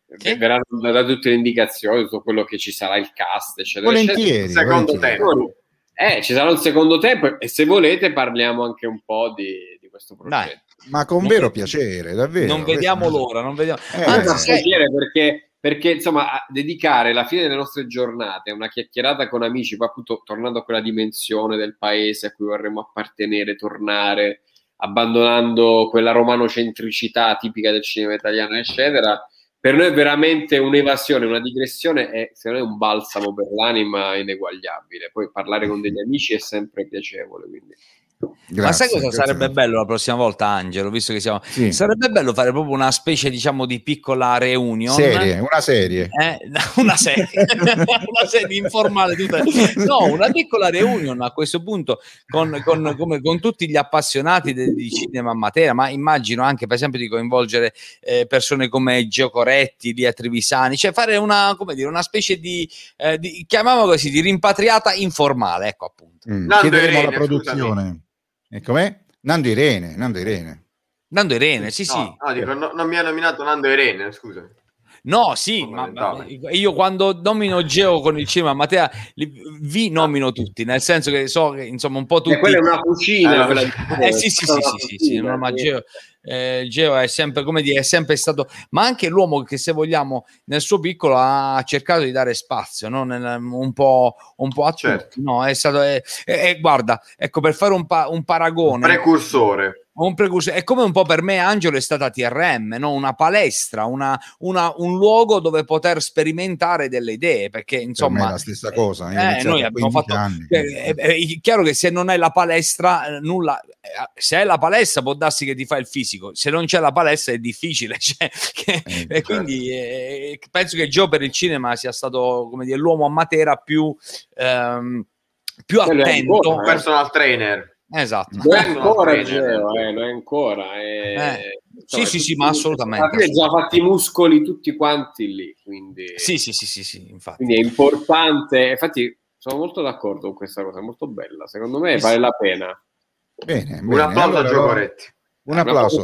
Sì. Verranno da tutte le indicazioni su quello che ci sarà il cast, eccetera. Volentieri, secondo volentieri. tempo. Eh, ci sarà un secondo tempo e se volete parliamo anche un po' di, di questo progetto. Dai. Ma con Non vero ve- piacere, davvero. Non vediamo Questo- l'ora, non vediamo. Eh, Anzi, Fa sai- piacere perché, perché insomma a- dedicare la fine delle nostre giornate a una chiacchierata con amici, poi appunto tornando a quella dimensione del paese a cui vorremmo appartenere, tornare, abbandonando quella romanocentricità tipica del cinema italiano, eccetera, per noi è veramente un'evasione, una digressione e secondo me un balsamo per l'anima ineguagliabile. Poi parlare con degli amici è sempre piacevole, quindi. Grazie, Ma sai cosa grazie. sarebbe bello la prossima volta, Angelo? Visto che siamo, Sì. sarebbe bello fare proprio una specie, diciamo, di piccola reunion. Serie, una serie. Eh, una serie, una serie informale, tutta... no, una piccola reunion a questo punto con, con, come, con tutti gli appassionati de, di cinema a Matera, ma immagino anche per esempio di coinvolgere eh, persone come Gio Coretti, Lia Trivisani, cioè fare una, come dire, una specie di, eh, di chiamiamolo così, di rimpatriata informale, ecco appunto. Mm, Nando chiederemo Irene, alla produzione. E com'è? Nando Irene, Nando Irene. Nando Irene, sì, sì. No, no, dico, no, non mi ha nominato Nando Irene, scusa. No, sì, Non ma, me ma ne io quando nomino Geo con il cinema Mattea li, vi nomino tutti, nel senso che so che insomma un po' tutti. E quella è una cucina, Eh, quella di... Eh sì, sì, sì, sì, sì, sì, no, ma Geo, eh, Geo è sempre, come dire, è sempre stato, ma anche l'uomo che, se vogliamo, nel suo piccolo ha cercato di dare spazio, no? Nel, un po', un po' a Certo. tutti, no? È stato, è, è, è, guarda, ecco, per fare un, pa- un paragone, Precursore. un precursore, è come un po' per me Angelo è stata T R M, no? Una palestra, una, una, un luogo dove poter sperimentare delle idee, perché insomma Per me è la stessa cosa. Io ho eh, iniziato noi a abbiamo quindici fatto, anni, eh, quindi- è, è chiaro che se non è la palestra eh, nulla, eh, se è la palestra può darsi che ti fa il fisico, se non c'è la palestra è difficile, cioè, che, Eh, e certo. quindi eh, penso che Gio per il cinema sia stato, come dire, l'uomo a Matera più ehm, più Quello è attento. ancora, Un personal trainer. Esatto. Lo è Personal ancora trainer. Geo, eh, lo è ancora. E, Eh, insomma, sì, sì, sì, tutti- ma assolutamente, Alla fine già fatti i muscoli tutti quanti lì, quindi, Sì, sì, sì, sì, sì, infatti. quindi è importante. Infatti sono molto d'accordo con questa cosa, è molto bella. Secondo me Sì, vale sì. la pena. Bene, Un bene. applauso Allora, a Gio allora, Coretti. un applauso.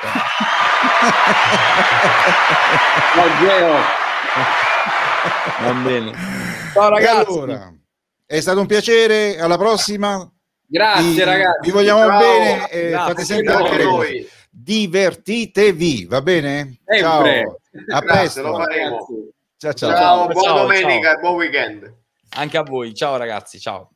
Ciao Geo. Va bene. Ciao ragazzi. Allora, è stato un piacere, alla prossima. Grazie Vi- ragazzi. Vi vogliamo Ciao. bene e Grazie. fate sempre Grazie anche a voi. voi. Divertitevi, va bene? Sempre. Ciao, a Grazie, presto. lo faremo. Ragazzi. Ciao, ciao. Ciao, buona Ciao, domenica ciao. e buon weekend. Anche a voi, ciao ragazzi, ciao.